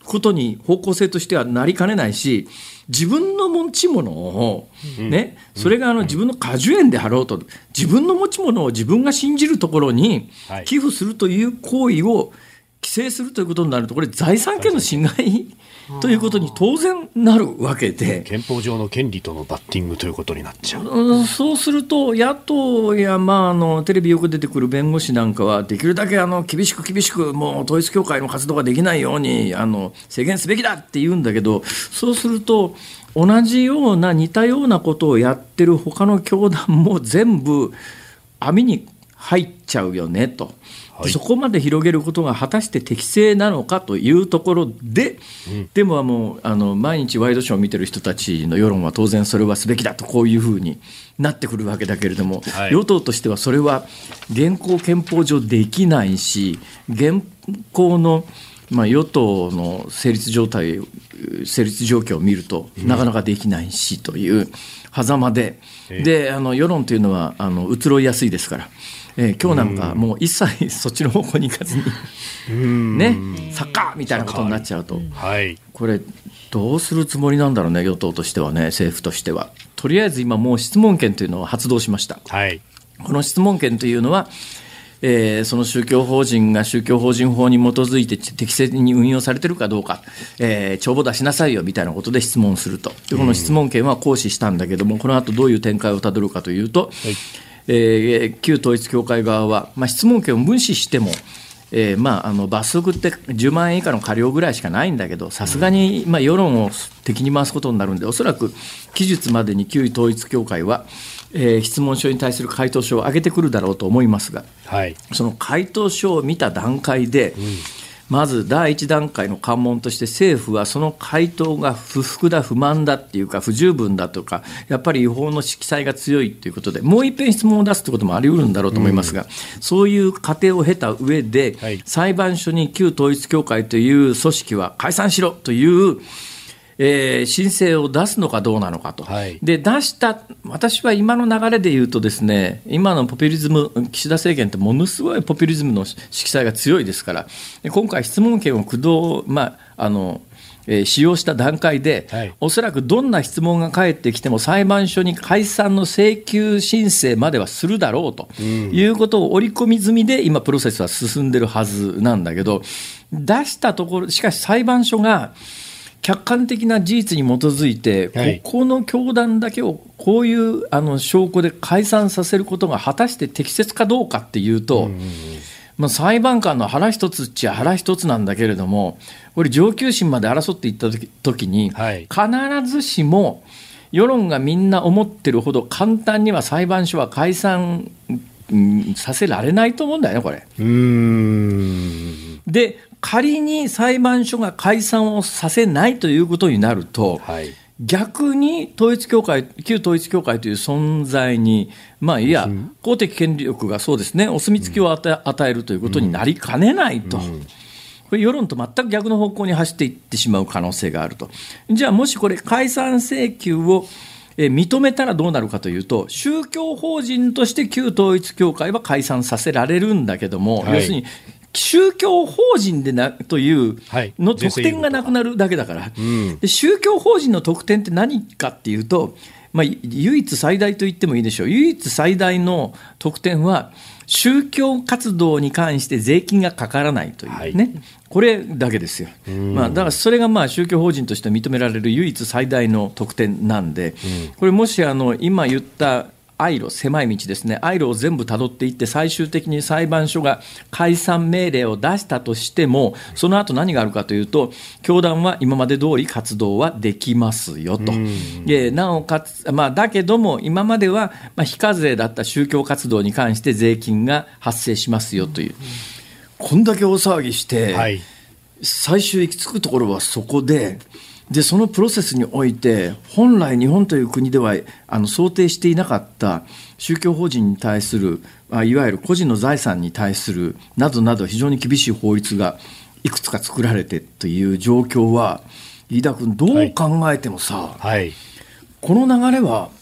ことに方向性としてはなりかねないし、自分の持ち物を、ね、うん、それがあの自分の果樹園であろうと、自分の持ち物を自分が信じるところに寄付するという行為を規制するということになると、これ財産権の侵害ということに当然なるわけで、 憲法上の権利とのバッティングということになっちゃう。 うん、そうすると野党や、まあ、あのテレビよく出てくる弁護士なんかは、できるだけあの厳しく厳しくもう統一教会の活動ができないようにあの制限すべきだって言うんだけど、そうすると同じような似たようなことをやってる他の教団も全部網に入っちゃうよねと。はい、そこまで広げることが果たして適正なのかというところで、うん、でももうあの毎日ワイドショーを見てる人たちの世論は当然それはすべきだと、こういうふうになってくるわけだけれども、はい、与党としてはそれは現行憲法上できないし、現行の、まあ、与党の成立状態成立状況を見るとなかなかできないしという狭間で、うん、であの世論というのはあの移ろいやすいですから、えー、今日なんかもう一切そっちの方向に行かずにね、サッカーみたいなことになっちゃうと、はい、これどうするつもりなんだろうね、与党としてはね、政府としては。とりあえず今もう質問権というのを発動しました、はい、この質問権というのは、えー、その宗教法人が宗教法人法に基づいて適正に運用されているかどうか、えー、帳簿出しなさいよみたいなことで質問すると。でこの質問権は行使したんだけども、この後どういう展開をたどるかというと、はい、えー、旧統一教会側は、まあ、質問権を無視しても、えーまあ、あの罰則ってじゅうまんえん以下の過料ぐらいしかないんだけど、さすがに、まあ、世論を敵に回すことになるんで、おそらく期日までに旧統一教会は、えー、質問書に対する回答書を上げてくるだろうと思いますが、はい、その回答書を見た段階で、うん、まず第一段階の関門として政府はその回答が不服だ不満だっていうか不十分だとか、やっぱり違法の色彩が強いということでもう一遍質問を出すということもあり得るんだろうと思いますが、うん、そういう過程を経た上で、はい、裁判所に旧統一教会という組織は解散しろというえー、申請を出すのかどうなのかと、はい、で出した私は今の流れで言うとですね、今のポピュリズム、岸田政権ってものすごいポピュリズムの色彩が強いですから、今回質問権を駆動、まああのえー、使用した段階で、はい、おそらくどんな質問が返ってきても裁判所に解散の請求申請まではするだろうということを織り込み済みで今プロセスは進んでるはずなんだけど、出したところしかし裁判所が客観的な事実に基づいて、はい、ここの教団だけをこういうあの証拠で解散させることが果たして適切かどうかっていうと、うんまあ、裁判官の腹一つっちゃ腹一つなんだけれども、これ上級審まで争っていった時に、はい、必ずしも世論がみんな思ってるほど簡単には裁判所は解散、うん、させられないと思うんだよねこれ。うーんで仮に裁判所が解散をさせないということになると、はい、逆に統一教会、旧統一教会という存在に、まあ、いや、公的権力がそうですね、お墨付きを与え、与えるということになりかねないと、うんうん、これ世論と全く逆の方向に走っていってしまう可能性があると。じゃあもしこれ解散請求をえ認めたらどうなるかというと、宗教法人として旧統一教会は解散させられるんだけども、はい、要するに宗教法人でなというの特典がなくなるだけだから、はいうん、で宗教法人の特典って何かっていうと、まあ、唯一最大と言ってもいいでしょう。唯一最大の特典は宗教活動に関して税金がかからないというね、はい、これだけですよ。まあ、だからそれがまあ宗教法人として認められる唯一最大の特典なんで、これもしあの今言った愛路、狭い道ですね、愛路を全部たどっていって最終的に裁判所が解散命令を出したとしても、その後何があるかというと、教団は今まで通り活動はできますよと。でなおかつ、まあ、だけども今まではまあ非課税だった宗教活動に関して税金が発生しますよという、こんだけ大騒ぎして、はい、最終行き着くところはそこで、でそのプロセスにおいて本来日本という国ではあの想定していなかった宗教法人に対するいわゆる個人の財産に対するなどなど非常に厳しい法律がいくつか作られてという状況は、飯田君どう考えてもさ、はいはい、この流れは、ええ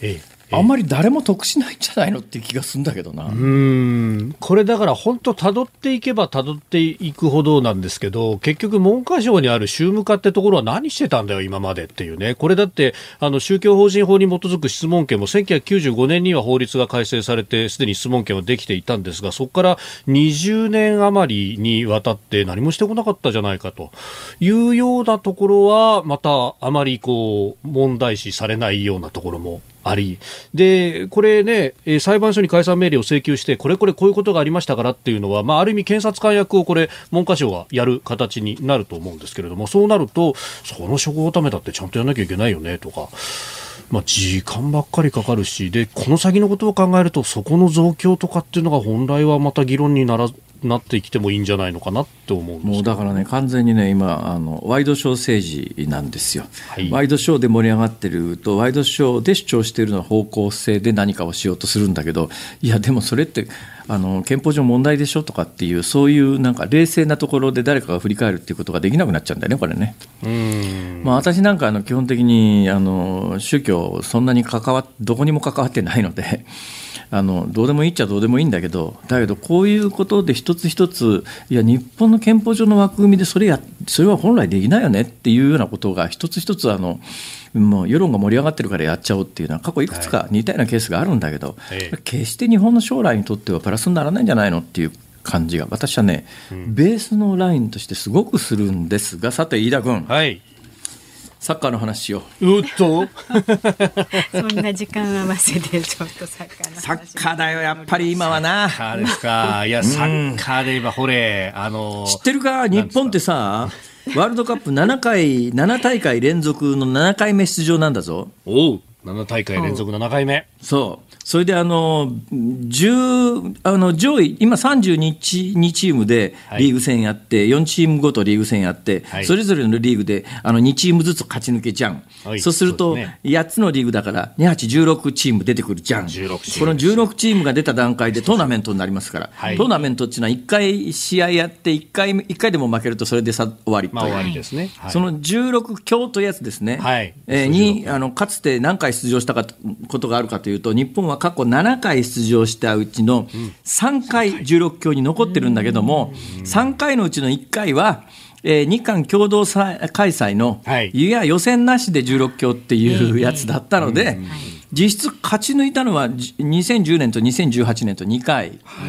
あんまり誰も得しないんじゃないのっていう気がするんだけどな。 うーんこれだから本当辿っていけば辿っていくほどなんですけど、結局文科省にある宗務課ってところは何してたんだよ今までっていうね。これだってあの宗教法人法に基づく質問権もせんきゅうひゃくきゅうじゅうごねんには法律が改正されてすでに質問権はできていたんですが、そこからにじゅうねん余りにわたって何もしてこなかったじゃないかというようなところはまたあまりこう問題視されないようなところもあり、でこれね、裁判所に解散命令を請求してこれこれこういうことがありましたからっていうのは、まあ、ある意味検察官役をこれ文科省がやる形になると思うんですけれども、そうなるとその処方のためだってちゃんとやらなきゃいけないよねとか、まあ、時間ばっかりかかるし、でこの先のことを考えるとそこの増強とかっていうのが本来はまた議論にならなってきてもいいんじゃないのかなって思うんです。 もうだからね、完全にね今あのワイドショー政治なんですよ、 はい、 ワイドショーで盛り上がってるとワイドショーで主張しているのは方向性で何かをしようとするんだけど、いやでもそれってあの憲法上問題でしょとかっていう、そういうなんか冷静なところで誰かが振り返るっていうことができなくなっちゃうんだよねこれね。 うーん、 まあ、私なんかあの基本的にあの宗教そんなに関わどこにも関わってないのであのどうでもいいっちゃどうでもいいんだけど、だけどこういうことで一つ一つ、いや日本の憲法上の枠組みでそれやそれは本来できないよねっていうようなことが一つ一つあのもう世論が盛り上がってるからやっちゃおうっていうのは過去いくつか似たようなケースがあるんだけど、はい、決して日本の将来にとってはプラスにならないんじゃないのっていう感じが私はね、うん、ベースのラインとしてすごくするんですが、さて飯田君、はい、サッカーの話しよう。うっとそんな時間合わせでちょっとサッカーの話。 サッカーだよやっぱり今はな。 サッカーですか。いやサッカーで言えばほれ、あの知ってるか、日本ってさワールドカップななかいなな大会連続のななかいめ出場なんだぞ。 おう、なな大会連続ななかいめ。 そうそれであのじゅうあの上位今さんじゅうにチームでリーグ戦やって、はい、よんチームごとリーグ戦やって、はい、それぞれのリーグであのにチームずつ勝ち抜けじゃん、はい、そうするとそうですね、やっつのリーグだからに、はち、じゅうろくチーム出てくるじゃん。じゅうろくチーム、このじゅうろくチームが出た段階でトーナメントになりますから、はい、トーナメントっていうのはいっかい試合やっていっかい、いっかいでも負けるとそれでさ終わり、 まあ、終わりですね、はい、 そのじゅうろく強というやつですね、はい、えー、にあのかつて何回出場したかことがあるかというと、日本は過去ななかい出場したうちのさんかいじゅうろく強に残ってるんだけども、さんかいのうちのいっかいは、えー、日韓共同開催の、はい、いや予選なしでじゅうろく強っていうやつだったので、実質勝ち抜いたのはにせんじゅうねんとにせんじゅうはちねんとにかい、はい、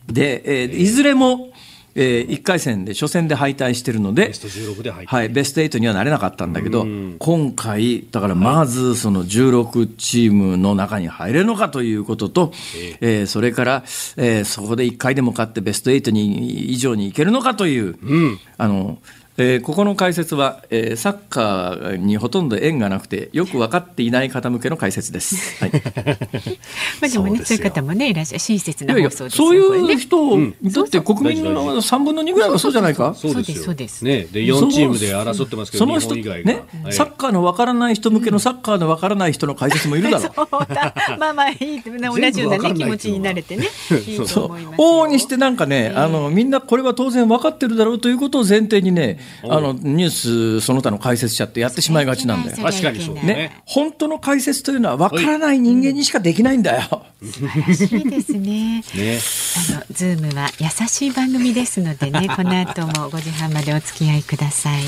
で、えー、いずれもえー、いっかい戦で初戦で敗退してるのでベストじゅうろくで敗退、はい、ベストはちにはなれなかったんだけど、今回だからまずそのじゅうろくチームの中に入れるのかということと、えー、それから、えー、そこでいっかいでも勝ってベストはちに以上にいけるのかという、うん、あのえー、ここの解説は、えー、サッカーにほとんど縁がなくてよく分かっていない方向けの解説です、はい、 まあでもね、そういう方もねいらっしゃる、親切な放送ですよ。 そういう人、ね、だって国民のさんぶんのにぐらいはそうじゃないか。 そうですそうです、ね、でよんチームで争ってますけど、 その人、ね、はい、サッカーの分からない人向けのサッカーの分からない人の解説もいるだろう。 そうだ、まあまあいい、同じような、ね、気持ちになれてね、いいと思いますよ。 往々にしてなんかね、あのみんなこれは当然分かってるだろうということを前提にね、あのニュースその他の解説者ってやってしまいがちなんだよ。 確かにそうね。 ね、本当の解説というのは分からない人間にしかできないんだよ。 素晴らしいですね。ね、あのズームは優しい番組ですのでね、この後もごじはんまでお付き合いください。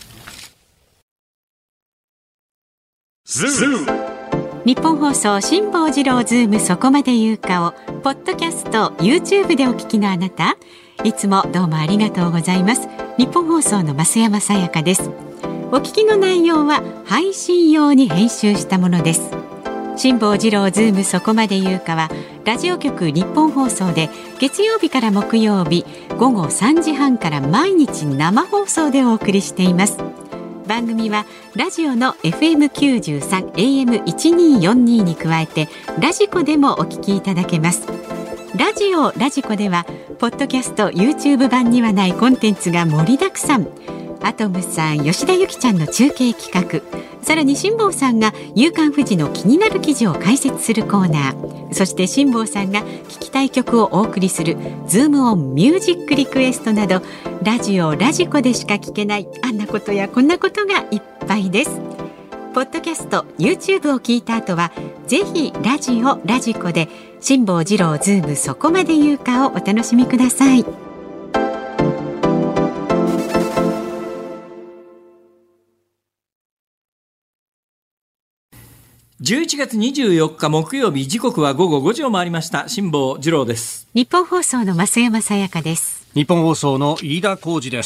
日本放送辛坊治郎ズームそこまで言うかをポッドキャスト YouTube でお聞きのあなた、いつもどうもありがとうございます。日本放送の増山さやかです。お聞きの内容は配信用に編集したものです。辛坊治郎ズームそこまで言うかはラジオ局日本放送で月曜日から木曜日午後さんじはんから毎日生放送でお送りしています。番組はラジオの エフエムきゅうじゅうさん エーエムせんにひゃくよんじゅうに に加えてラジコでもお聞きいただけます。ラジオラジコではポッドキャスト YouTube 版にはないコンテンツが盛りだくさん。アトムさん、吉田ゆきちゃんの中継企画、さらに辛坊さんが夕刊フジの気になる記事を解説するコーナー、そして辛坊さんが聞きたい曲をお送りするズームオンミュージックリクエストなど、ラジオラジコでしか聞けないあんなことやこんなことがいっぱいです。 ポッドキャスト YouTube を聞いた後はぜひラジオラジコで辛坊治郎ズームそこまで言うかをお楽しみください。 じゅういちがつにじゅうよっか木曜日、時刻は午後ごじを回りました。辛坊治郎です。 日本放送の増山さやかです。 日本放送の飯田浩司です。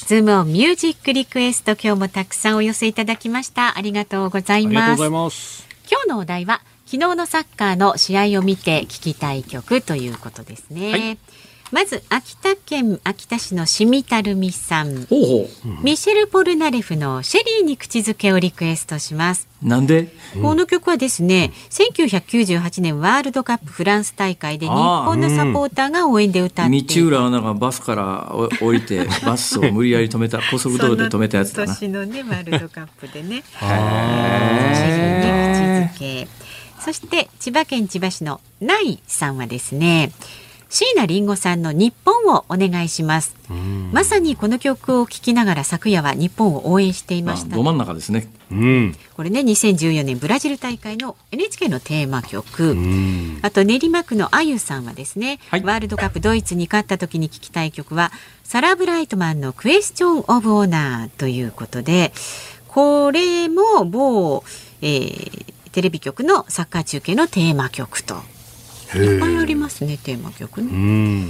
ズームオンミュージックリクエスト、今日もたくさんお寄せいただきました。ありがとうございます。 ありがとうございます。 今日のお題は昨日のサッカーの試合を見て聞きたい曲ということですね。はい、まず秋田県秋田市のしみたるみさん、 ほうほう、 ミシェル・ポルナレフのシェリーに口づけをリクエストします。 なんで？ この曲はですね、うん、せんきゅうひゃくきゅうじゅうはちねんワールドカップフランス大会で日本のサポーターが応援で歌っていた、 うん、道浦アナがバスから降りてバスを無理やり止めた高速道路で止めたやつだな。 その年のねワールドカップでねシェリーに口づけ。そして千葉県千葉市のナイさんはですね、椎名林檎さんの日本をお願いします。まさにこの曲を聴きながら昨夜は日本を応援していました。 ど真ん中ですね、 うん、これねにせんじゅうよねんブラジル大会の エヌエイチケー のテーマ曲。あと練馬区のあゆさんはですね、はい、ワールドカップドイツに勝った時に聴きたい曲はサラ・ブライトマンのクエスチョン・オブ・オナーということで、これも某、えー、テレビ局のサッカー中継のテーマ曲といっぱいありますね、テーマ曲ね。 うん、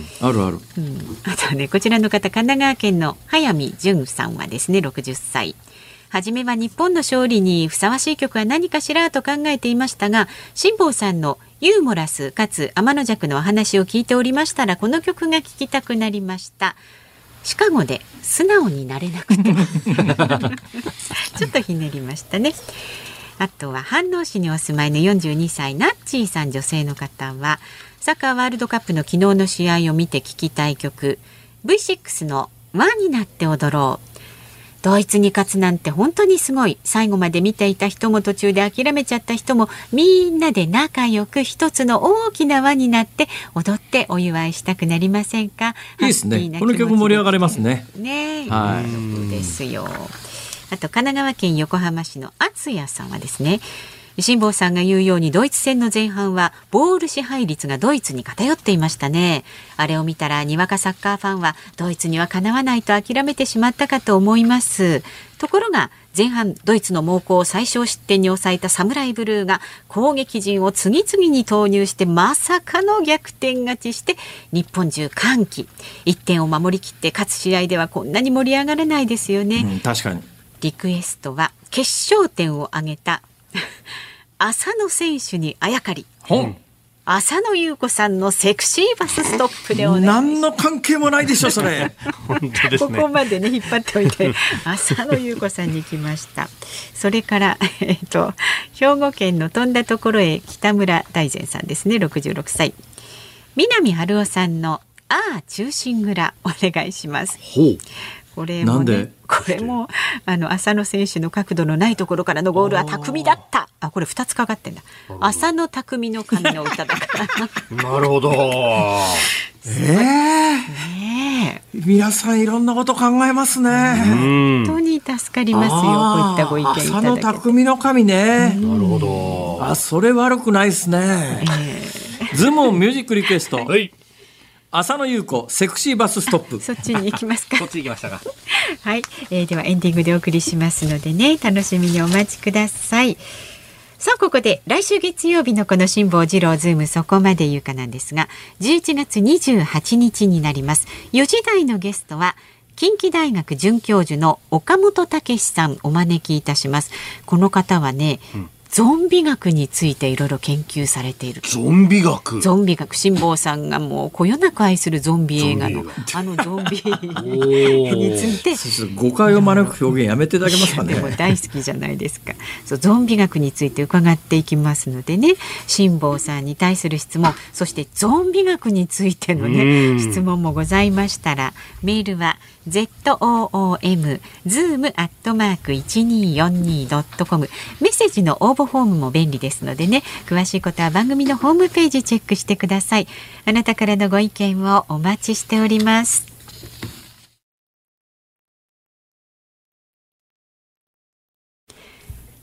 あるある、 うん、あとねこちらの方、神奈川県の早見純さんはですねろくじゅっさい、初めは日本の勝利にふさわしい曲は何かしらと考えていましたが、辛坊さんのユーモラスかつ天の弱のお話を聞いておりましたらこの曲が聴きたくなりました。シカゴで素直になれなくてちょっとひねりましたね。あとは飯能市にお住まいのよんじゅうにさいナッチーさん、女性の方はサッカーワールドカップの昨日の試合を見て聴きたい曲 ブイシックス の輪になって踊ろう。ドイツに勝つなんて本当にすごい。最後まで見ていた人も途中で諦めちゃった人もみんなで仲良く一つの大きな輪になって踊ってお祝いしたくなりませんか？ いいですね。この曲盛り上がれますね。 ね、 はい、 いい曲ですよ。あと神奈川県横浜市の厚谷さんはですね、辛坊さんが言うようにドイツ戦の前半はボール支配率がドイツに偏っていましたね。あれを見たらにわかサッカーファンはドイツにはかなわないと諦めてしまったかと思います。ところが前半ドイツの猛攻を最小失点に抑えたサムライブルーが攻撃陣を次々に投入してまさかの逆転勝ちして日本中歓喜。いってんを守りきって勝つ試合ではこんなに盛り上がらないですよね、 うん、確かに。 リクエストは決勝点を挙げた浅野選手にあやかり、浅野ゆう子さんのセクシーバスストップでお願いします。 何の関係もないでしょそれ本当ですね、 ここまでね引っ張っておいて浅野ゆう子さんに来ました。それから、えー、と兵庫県の飛んだところへ北村大善さんですねろくじゅうろくさい、南春夫さんのああ忠臣蔵お願いします。 ほう、 これもね、これもあの浅野選手の角度のないところからのゴールは巧みだった。あ、これふたつかかってんだ。浅野匠の神の歌だからなるほど。 えー、ねえ、皆さんいろんなこと考えますね。 本当に助かりますよ、こういったご意見いただけて。 浅野匠の神ね。 なるほど。 あ、それ悪くないですね、えー、ズモンミュージックリクエスト、はい、浅野ゆう子セクシーバスストップ。 そっちに行きますか。 そっち行きましたかはい、えー、ではエンディングでお送りしますのでね、楽しみにお待ちください。さあここで来週月曜日のこの辛坊治郎ズームそこまで言うかなんですが、じゅういちがつにじゅうはちにちになります。よじ台のゲストは近畿大学准教授の岡本武さんお招きいたします。この方はね、うん、ゾンビ学についていろいろ研究されている。 ゾンビ学ゾンビ学、辛坊さんがもうこよなく愛するゾンビ映画のあのゾンビについて誤解を招く表現やめていただけますかね。 でも大好きじゃないですか。そう、ゾンビ学について伺っていきますのでね、辛坊さんに対する質問、そしてゾンビ学についてのね質問もございましたら、メールは ズーム ズーム アットマーク いちにーよんにー ドットコム、 メッセージの応募フォームも便利ですのでね、詳しいことは番組のホームページチェックしてください。あなたからのご意見をお待ちしております。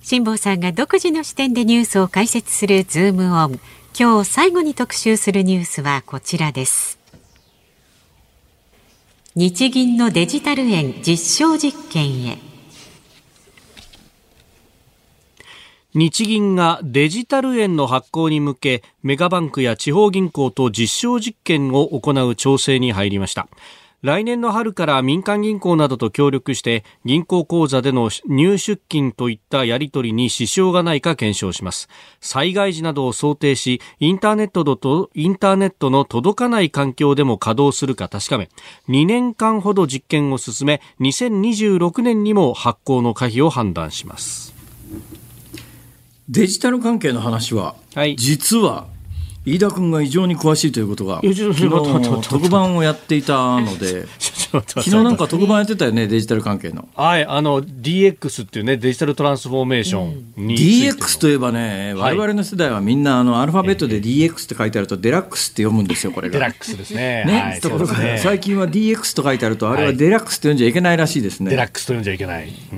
辛坊さんが独自の視点でニュースを解説するズームオン。今日最後に特集するニュースはこちらです。日銀のデジタル円実証実験へ。 日銀がデジタル円の発行に向けメガバンクや地方銀行と実証実験を行う調整に入りました。来年の春から民間銀行などと協力して銀行口座での入出金といったやり取りに支障がないか検証します。災害時などを想定し、インターネットとインターネットの届かない環境でも稼働するか確かめ、にねんかんほど実験を進め、にせんにじゅうろくねんにも発行の可否を判断します。 デジタル関係の話は、はい、実は飯田君が異常に詳しいということが昨日特番をやっていたので昨日なんか特番やってたよね、デジタル関係の。 はい、あの ディーエックス っていうね、デジタルトランスフォーメーションに、 うん、ディーエックス といえばね、我々の世代はみんなあのアルファベットで ディーエックス って書いてあるとデラックスって読むんですよ、これが。 デラックスですね。 ね、 はい、 ところが、ね、最近は ディーエックス と書いてあるとあれはデラックスと読んじゃいけないらしいですね。 デラックスと読んじゃいけない。うん、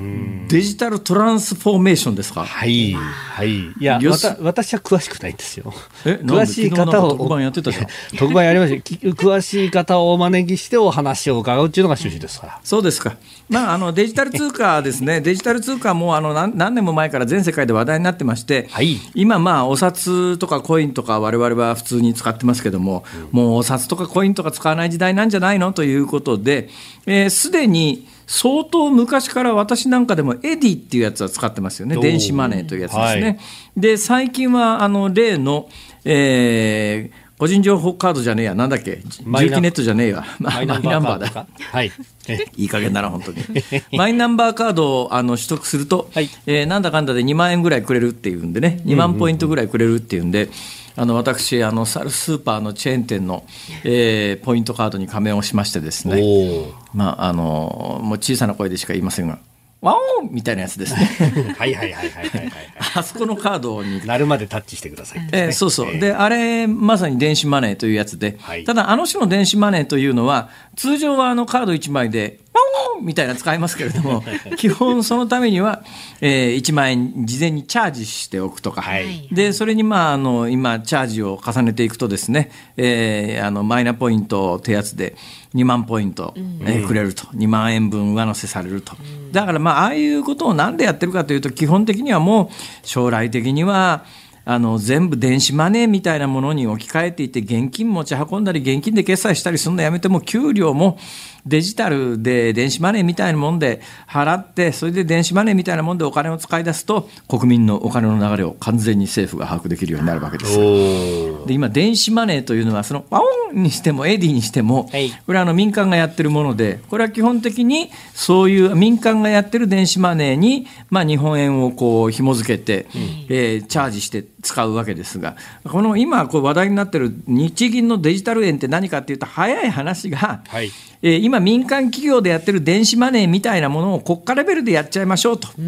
デジタルトランスフォーメーションですか。 はいはい。いや、わた私は詳しくないんですよ。 え、 詳しい方を特番やってたじゃん。 特番やりました。詳しい方をお招きしてお話を伺うっていうのが趣旨ですから。 そうですか。まあ、あのデジタル通貨ですね。デジタル通貨もあの 何, 何年も前から全世界で話題になってまして、はい、今まあお札とかコインとか我々は普通に使ってますけども、うん、もうお札とかコインとか使わない時代なんじゃないのということで、すで、えー、に相当昔から私なんかでもエディっていうやつは使ってますよね。電子マネーというやつですね。はい、で最近はあの例の、えー個人情報カードじゃねえや、なんだっけ、住基ネットじゃねえや、マイナンバーだ、はい、いい加減だな本当にマイナンバーカードをあの取得すると、はい、えー、なんだかんだでにまんえんぐらいくれるっていうんでね、にまんポイントぐらいくれるっていうんで、あの私あのサルスーパーのチェーン店の、えー、ポイントカードに加盟をしましてですね、まあ、あのもう小さな声でしか言いませんが、ワオンみたいなやつですねはいはいはいはいはい、はい、 あそこのカードになるまでタッチしてください、ね、 えー、そうそう、であれまさに電子マネーというやつで、はい、ただあの種の電子マネーというのは通常はあのカードいちまいでワオンみたいな使いますけれども基本そのためには、えー、いちまんえん事前にチャージしておくとか、はい、でそれに、まあ、あの今チャージを重ねていくとですね、えー、あのマイナポイントってやつでにまんポイント、えー、くれると、にまんえんぶん上乗せされると。だからまあああいうことをなんでやってるかというと、基本的にはもう将来的にはあの全部電子マネーみたいなものに置き換えていて、現金持ち運んだり現金で決済したりするのやめて、も給料もデジタルで電子マネーみたいなもんで払って、それで電子マネーみたいなもんでお金を使い出すと、国民のお金の流れを完全に政府が把握できるようになるわけですよ。で今電子マネーというのはそのワオンにしてもエディにしても、はい、これはあの民間がやってるもので、これは基本的にそういう民間がやってる電子マネーに、まあ、日本円をこう紐付けて、うん、えー、チャージして使うわけですが、この今こう話題になっている日銀のデジタル円って何かっていうと、早い話が、はい、えー、今民間企業でやってる電子マネーみたいなものを国家レベルでやっちゃいましょうと、うん、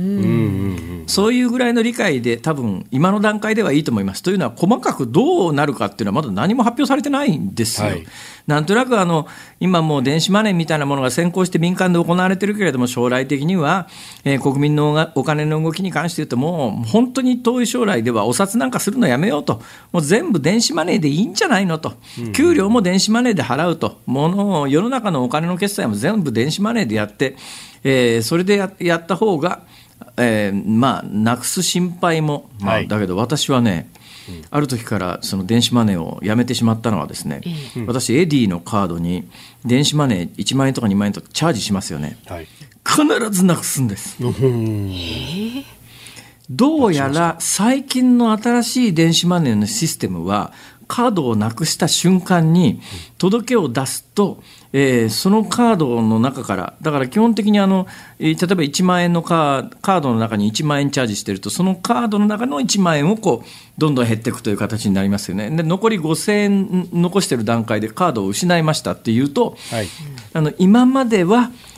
そういうぐらいの理解で多分今の段階ではいいと思います。というのは細かくどうなるかっていうのはまだ何も発表されてないんですよ、はい、なんとなくあの今もう電子マネーみたいなものが先行して民間で行われているけれども、将来的には、えー、国民のお金の動きに関して言うと、もう本当に遠い将来ではお札なんかするのやめようと、もう全部電子マネーでいいんじゃないのと、うん、給料も電子マネーで払うと、ものを世の中のお金の決済も全部電子マネーでやって、えー、それで や, やった方が、えー、まあなくす心配も、まあはい、だけど私はね、うん、ある時からその電子マネーをやめてしまったのはですね、うん、私エディのカードに電子マネーいちまんえんとかにまんえんとかチャージしますよね、はい、必ずなくすんです。どうやら最近の新しい電子マネーのシステムは、カードをなくした瞬間に届けを出すと、えー、そのカードの中から、だから基本的にあの、えー、例えばいちまんえんのカー、カードの中にいちまんえんチャージしてると、そのカードの中のいちまんえんをこうどんどん減っていくという形になりますよね。で残りごせんえん残している段階でカードを失いましたっていうと、はい、あの今までは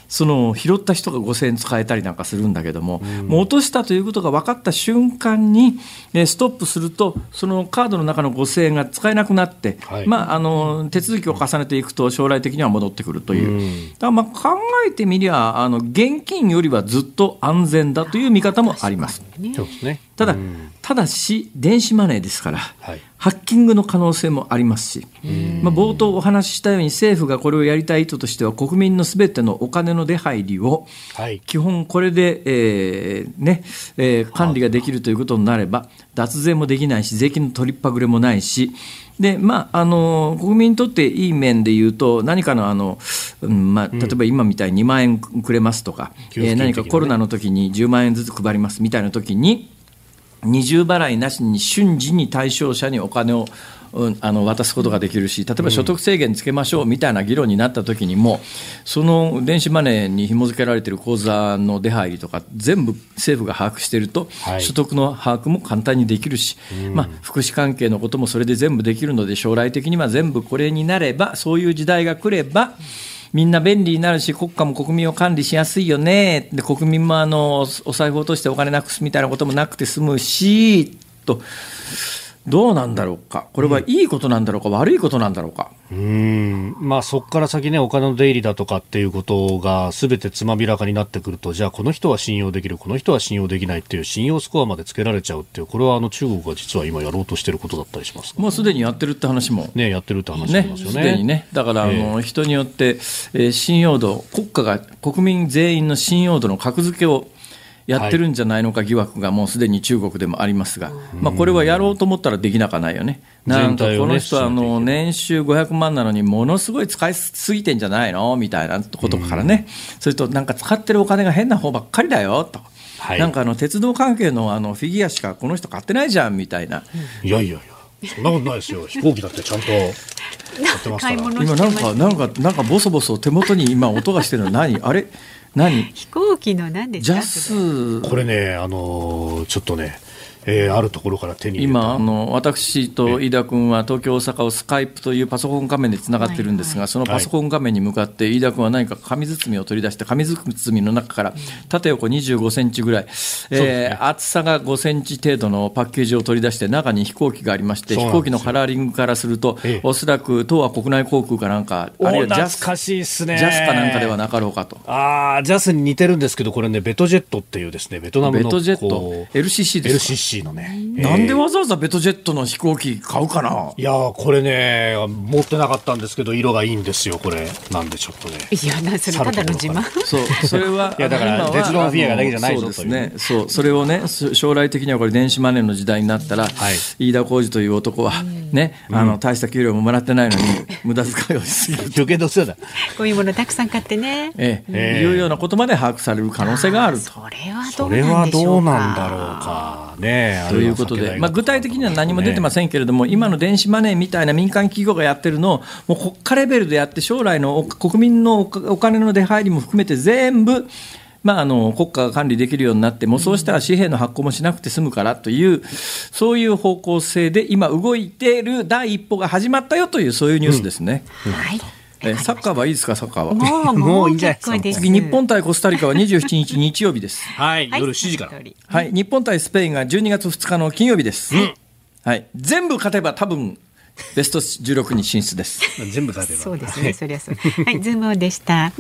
その拾った人がごせんえん使えたりなんかするんだけども、うん、もう落としたということが分かった瞬間に、えー、ストップするとそのカードの中のごせんえんが使えなくなって、はい、まあ、あの手続きを重ねていくと将来的には戻ってくるという、うん、だからまあ考えてみりゃあの現金よりはずっと安全だという見方もあります。 そうですね。 ただ、うん、ただし電子マネーですから、はい、ハッキングの可能性もありますし、まあ、冒頭お話ししたように政府がこれをやりたい意図としては国民のすべてのお金の出入りを、はい、基本これで、えーねえー、管理ができるということになれば脱税もできないし税金の取りっぱぐれもないしで、まあ、あの国民にとっていい面で言うと何かの、あの、うんまあ、例えば今みたいににまんえんくれますとか、うんえー、何かコロナの時にじゅうまんえんずつ配りますみたいな時に二重払いなしに瞬時に対象者にお金を、うん、あの渡すことができるし例えば所得制限つけましょうみたいな議論になった時にもその電子マネーに紐付けられている口座の出入りとか全部政府が把握していると、はい、所得の把握も簡単にできるし、まあ、福祉関係のこともそれで全部できるので将来的には全部これになればそういう時代が来ればみんな便利になるし国家も国民を管理しやすいよねで国民もあのお財布落としてお金なくすみたいなこともなくて済むしとどうなんだろうかこれはいいことなんだろうか、うん、悪いことなんだろうかうーん、まあ、そこから先ねお金の出入りだとかっていうことが全てつまびらかになってくるとじゃあこの人は信用できるこの人は信用できないっていう信用スコアまでつけられちゃうっていうこれはあの中国が実は今やろうとしていることだったりします、 もうすでにやってるって話も、 ね、やってるって話ありますよね。 すでにねだからあの人によって、えー、信用度国家が国民全員の信用度の格付けをやってるんじゃないのか疑惑がもうすでに中国でもありますが、まあ、これはやろうと思ったらできなかないよね。なんかこの人はあの年収ごひゃくまんなのにものすごい使いすぎてんじゃないのみたいなことからね、それとなんか使ってるお金が変な方ばっかりだよと、はい、なんかあの鉄道関係 の, あのフィギュアしかこの人買ってないじゃんみたいな。 いやいやいやそんなことないですよ飛行機だってちゃんとやってますから今なんかなんかなんかボソボソ手元に今音がしてるの何あれ何飛行機の何ですかジャスこれねあのー、ちょっとねえー、あるところから手に入れた今あの私と飯田君は東京大阪をスカイプというパソコン画面でつながってるんですが、はいはい、そのパソコン画面に向かって飯田君は何か紙包みを取り出して紙包みの中から縦横にじゅうごセンチぐらい、えー、厚さがごセンチ程度のパッケージを取り出して中に飛行機がありまして飛行機のカラーリングからすると、ええ、おそらく東亜国内航空かなんかあるいはジャス懐かしいっすねジャスかなんかではなかろうかと。 あジャスに似てるんですけどこれねベトジェットっていうですねベトナムのベトジェット エルシーシー ですかエルシーシー のね、えーなんでわざわざベトジェットの飛行機買うかな。 いやこれね持ってなかったんですけど色がいいんですよこれなんでちょっとねいやなそれただの自慢そうそれはいやだから鉄道のフィギュアだけじゃないぞそうですねそうそれをね将来的にはこれ電子マネーの時代になったら、はい、飯田浩司という男はね、うん、あの大した給料ももらってないのに無駄遣いをしすぎる余計どうだこういうものたくさん買ってねえええー、いうようなことまで把握される可能性があると。 それはどうなんでしょうか。 それはどうなんだろうかねということで、まあ、具体的には何も出てませんけれども、ね、今の電子マネーみたいな民間企業がやってるのをもう国家レベルでやって将来の国民のお金の出入りも含めて全部、まあ、あの国家が管理できるようになってもうそうしたら紙幣の発行もしなくて済むからというそういう方向性で今動いている第一歩が始まったよというそういうニュースですね、うんうん、はいえサッカーはいいですか。サッカーはもうもういいんじゃないですか。 次日本対コスタリカはにじゅうしちにち日曜日ですはい、夜しちじから、 はい、日本対スペインがじゅうにがつふつかの金曜日です、うんはい、全部勝てば多分ベストじゅうろくに進出です全部勝てばそうですねそりゃそうはいズームオンでした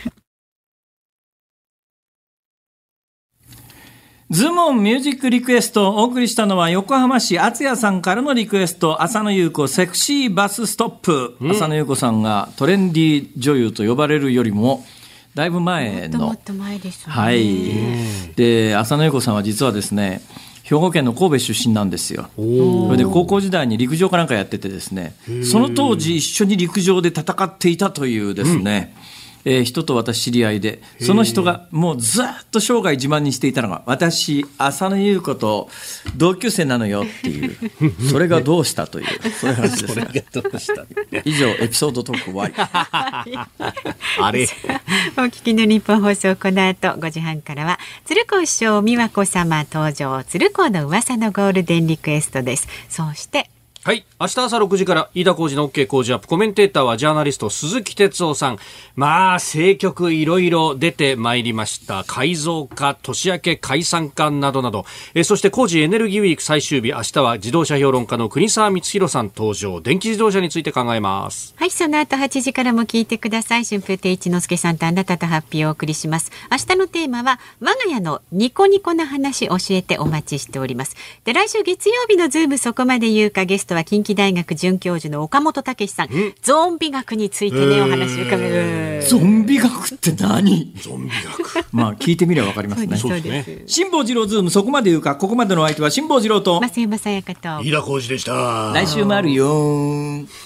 ズームオンミュージックリクエストをお送りしたのは横浜市厚谷さんからのリクエスト浅野ゆう子セクシーバスストップ、うん、浅野ゆう子さんがトレンディー女優と呼ばれるよりもだいぶ前のもっともっと前ですね、 はい、で浅野ゆう子さんは実はですね兵庫県の神戸出身なんですよ。それで高校時代に陸上かなんかやっててですねその当時一緒に陸上で戦っていたというですね、うんえー、人と私知り合いでその人がもうずっと生涯自慢にしていたのが私浅野ゆう子と同級生なのよっていうそれがどうしたというそういう話ですが以上エピソードトーク終わりあれお聞きの日本放送この後ごじはんからは鶴光師匠美和子様登場鶴光の噂のゴールデンリクエストです。そしてはい。明日朝ろくじから飯田浩司の OK 工事アップ。コメンテーターはジャーナリスト鈴木哲夫さん。まあ、政局いろいろ出てまいりました。改造か、年明け解散かなどなど。えそして工事エネルギーウィーク最終日。明日は自動車評論家の国沢光弘さん登場。電気自動車について考えます。 はい。その後はちじからも聞いてください。春風亭一之輔さんとあなたとハッピーをお送りします。明日のテーマは、我が家のニコニコな話教えてお待ちしております。で、来週月曜日のズームそこまで言うか、ゲストは近畿大学准教授の岡本武さん。ゾンビ学についてね、お話を伺う。 ゾンビ学って何？ ゾンビ学。 まあ聞いてみればわかりますね。 そうです。 辛坊治郎ズームそこまで言うか、ここまでのお相手は辛坊治郎と増山さやかと飯田浩司でした。 来週もあるよ。